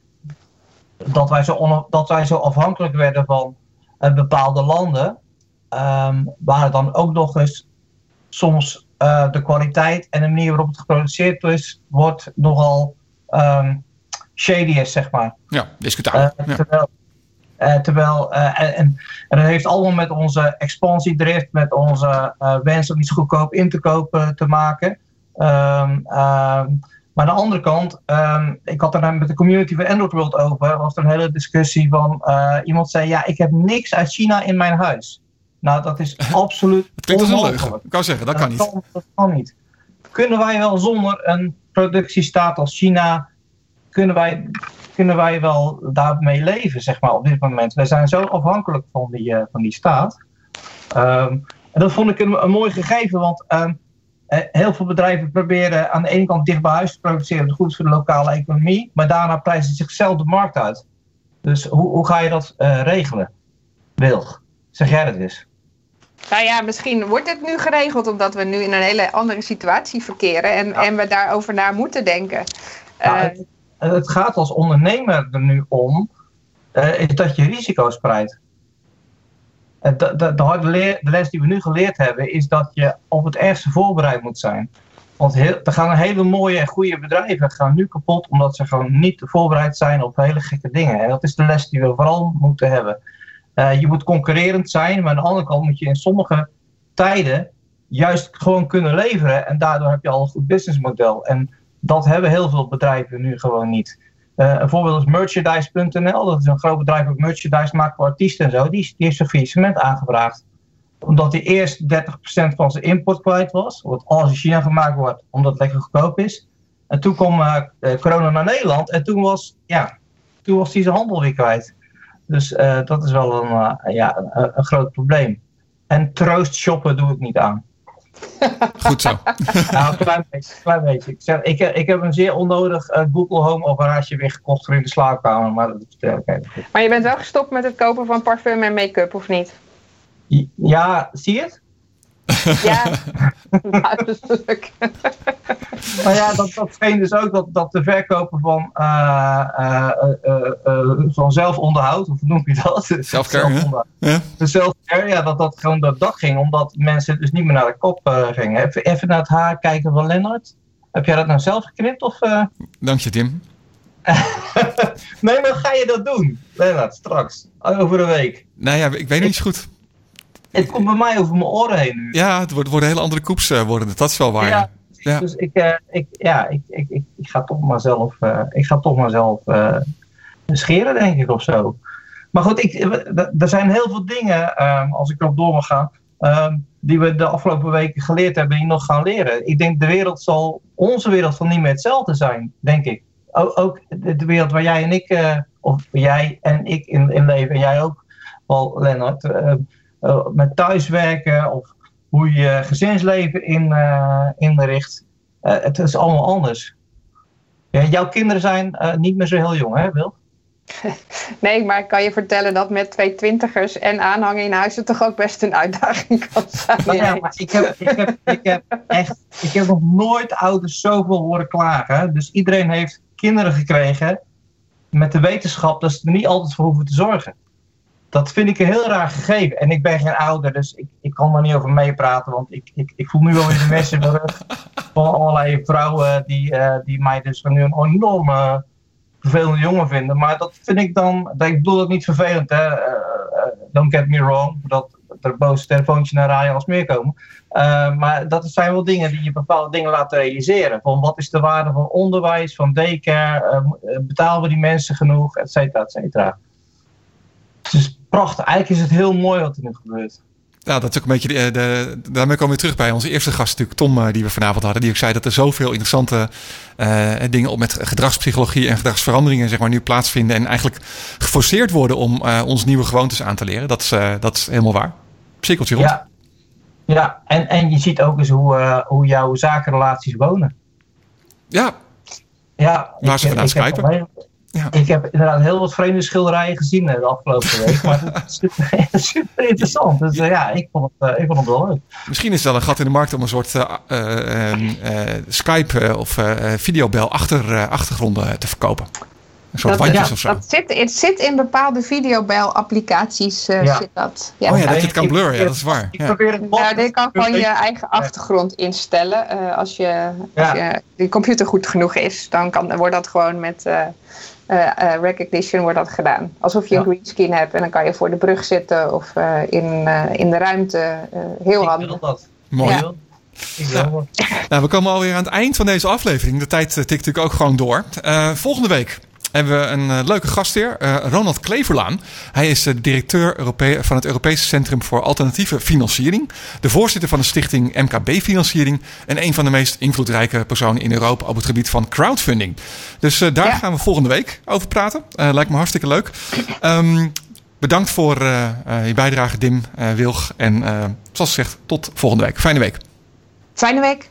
Dat wij zo, on, dat wij zo afhankelijk werden van uh, bepaalde landen. Um, waar dan ook nog eens soms uh, de kwaliteit en de manier waarop het geproduceerd is, wordt nogal um, shady is, zeg maar. Ja, discutabel. Uh, terwijl, uh, terwijl uh, en, en dat heeft allemaal met onze expansiedrift, met onze uh, wens om iets goedkoop in te kopen te maken. Um, um, Maar aan de andere kant, um, ik had er met de community van Android World over, was er een hele discussie van, uh, iemand zei, ja, ik heb niks uit China in mijn huis. Nou, dat is absoluut Het klinkt als een leugen. Ik kan zeggen, dat kan niet. Dat kan, dat kan niet. Kunnen wij wel zonder een productiestaat als China, kunnen wij, kunnen wij wel daarmee leven, zeg maar, op dit moment. Wij zijn zo afhankelijk van die, uh, van die staat. Um, en dat vond ik een, een mooi gegeven, want um, uh, heel veel bedrijven proberen aan de ene kant dicht bij huis te produceren, dat goed is voor de lokale economie, maar daarna prijzen ze zichzelf de markt uit. Dus hoe, hoe ga je dat uh, regelen? Wilg, zeg jij dat eens? Nou ja, misschien wordt het nu geregeld omdat we nu in een hele andere situatie verkeren en, ja. en we daarover na moeten denken. Ja, uh, het, het gaat als ondernemer er nu om, uh, is dat je risico spreidt. De, de, de harde leer, de les die we nu geleerd hebben is dat je op het ergste voorbereid moet zijn. Want heel, er gaan hele mooie en goede bedrijven gaan nu kapot omdat ze gewoon niet voorbereid zijn op hele gekke dingen. En dat is de les die we vooral moeten hebben. Uh, je moet concurrerend zijn, maar aan de andere kant moet je in sommige tijden juist gewoon kunnen leveren. En daardoor heb je al een goed businessmodel. En dat hebben heel veel bedrijven nu gewoon niet. Uh, een voorbeeld is merchandise punt n l. Dat is een groot bedrijf dat merchandise maakt voor artiesten en zo. Die, die heeft zijn faillissement aangevraagd. Omdat hij eerst dertig procent van zijn import kwijt was. Omdat alles in China gemaakt wordt, omdat het lekker goedkoop is. En toen kwam uh, uh, corona naar Nederland. En toen was, ja, toen was hij zijn handel weer kwijt. Dus uh, dat is wel een, uh, ja, een, een groot probleem. En troost shoppen doe ik niet aan. Goed zo. Nou, een klein beetje. Klein beetje. Ik, zeg, ik, ik heb een zeer onnodig uh, Google Home apparaatje weer gekocht voor in de slaapkamer. Maar dat vertel ik even. Maar je bent wel gestopt met het kopen van parfum en make-up, of niet? Ja, zie je het? Ja, duidelijk. Nou ja, dat, dat scheen dus ook dat, dat de verkopen van, uh, uh, uh, uh, van zelfonderhoud, of hoe noem je dat? Zelfcare, ja. De zelfcare, ja, dat dat gewoon door dat ging, omdat mensen dus niet meer naar de kop uh, gingen. Even, even naar het haar kijken van Lennart. Heb jij dat nou zelf geknipt? Of, uh... Dank je, Tim. Nee, maar ga je dat doen, Lennart, straks? Over een week? Nou ja, ik weet niet zo goed. Het komt bij mij over mijn oren heen nu. Ja, het worden, worden hele andere koeps, uh, worden het. Dat is wel waar. Ja, ja. Dus ik, uh, ik, ja, ik, ik, ik, ik ga toch maar zelf, uh, ik ga toch maar zelf uh, scheren, denk ik, of zo. Maar goed, ik, er zijn heel veel dingen, um, als ik erop door mag gaan, um, die we de afgelopen weken geleerd hebben, die nog gaan leren. Ik denk, de wereld zal, onze wereld zal niet meer hetzelfde zijn, denk ik. O, ook de wereld waar jij en ik, uh, of jij en ik in, in leven, en jij ook wel, Lennart, uh, uh, met thuiswerken of hoe je gezinsleven in, uh, inricht. Uh, het is allemaal anders. Ja, jouw kinderen zijn uh, niet meer zo heel jong, hè, Wil? Nee, maar ik kan je vertellen dat met twee twintigers en aanhangen in huis het toch ook best een uitdaging kan zijn. Nou ja, maar ik heb, ik, heb, ik heb echt, ik heb nog nooit ouders zoveel horen klagen. Dus iedereen heeft kinderen gekregen met de wetenschap dat ze er niet altijd voor hoeven te zorgen. Dat vind ik een heel raar gegeven. En ik ben geen ouder, dus ik, ik kan er niet over meepraten. Want ik, ik, ik voel nu wel weer de mes in de rug van allerlei vrouwen die, uh, die mij dus nu een enorme vervelende jongen vinden. Maar dat vind ik dan, ik bedoel dat niet vervelend, hè. Uh, uh, don't get me wrong, dat er boze telefoontjes naar Ryan als meer komen. Uh, maar dat zijn wel dingen die je bepaalde dingen laten realiseren. Van wat is de waarde van onderwijs, van daycare, uh, betalen we die mensen genoeg, et cetera, et cetera. Dus prachtig. Eigenlijk is het heel mooi wat er nu gebeurt. Ja, dat is ook een beetje de, de, daarmee komen we terug bij onze eerste gast natuurlijk, Tom, uh, die we vanavond hadden. Die ook zei dat er zoveel interessante uh, dingen op met gedragspsychologie en gedragsveranderingen zeg maar, nu plaatsvinden. En eigenlijk geforceerd worden om uh, ons nieuwe gewoontes aan te leren. Dat is, uh, dat is helemaal waar. Cirkeltje rond. Ja, ja. En, en je ziet ook eens hoe, uh, hoe jouw zakenrelaties wonen. Ja, ja waar ik, ze vandaan skypen. Ja. Ik heb inderdaad heel wat vreemde schilderijen gezien de afgelopen week. Maar het is super, super interessant. Dus uh, ja, ik vond, het, uh, ik vond het wel leuk. Misschien is het wel een gat in de markt om een soort uh, uh, uh, Skype uh, of uh, videobel achter, uh, achtergronden te verkopen. Een soort dat, wandjes ja, of zo. Dat zit, het zit in bepaalde videobel-applicaties. Uh, ja. zit dat. Ja, oh ja, dat je het kan ik, blurren. Ik, ja, dat is waar. Ik probeer het nou, je kan gewoon je eigen achtergrond instellen. Uh, als je, als ja. je de computer goed genoeg is, dan kan, wordt dat gewoon met uh, uh, uh, recognition wordt dat gedaan. Alsof je ja. een greenscreen hebt en dan kan je voor de brug zitten of uh, in, uh, in de ruimte. Uh, heel ik handig. wil dat. Mooi. Ja. Ik wil nou, dat. nou, we komen alweer aan het eind van deze aflevering. De tijd uh, tikt natuurlijk ook gewoon door. Uh, volgende week hebben we een uh, leuke gastheer, uh, Ronald Kleverlaan. Hij is uh, directeur Europe- van het Europese Centrum voor Alternatieve Financiering. De voorzitter van de stichting M K B Financiering. En een van de meest invloedrijke personen in Europa op het gebied van crowdfunding. Dus uh, daar ja. gaan we volgende week over praten. Uh, lijkt me hartstikke leuk. Um, bedankt voor uh, uh, je bijdrage, Dim, uh, Wilg. En uh, zoals gezegd, tot volgende week. Fijne week. Fijne week.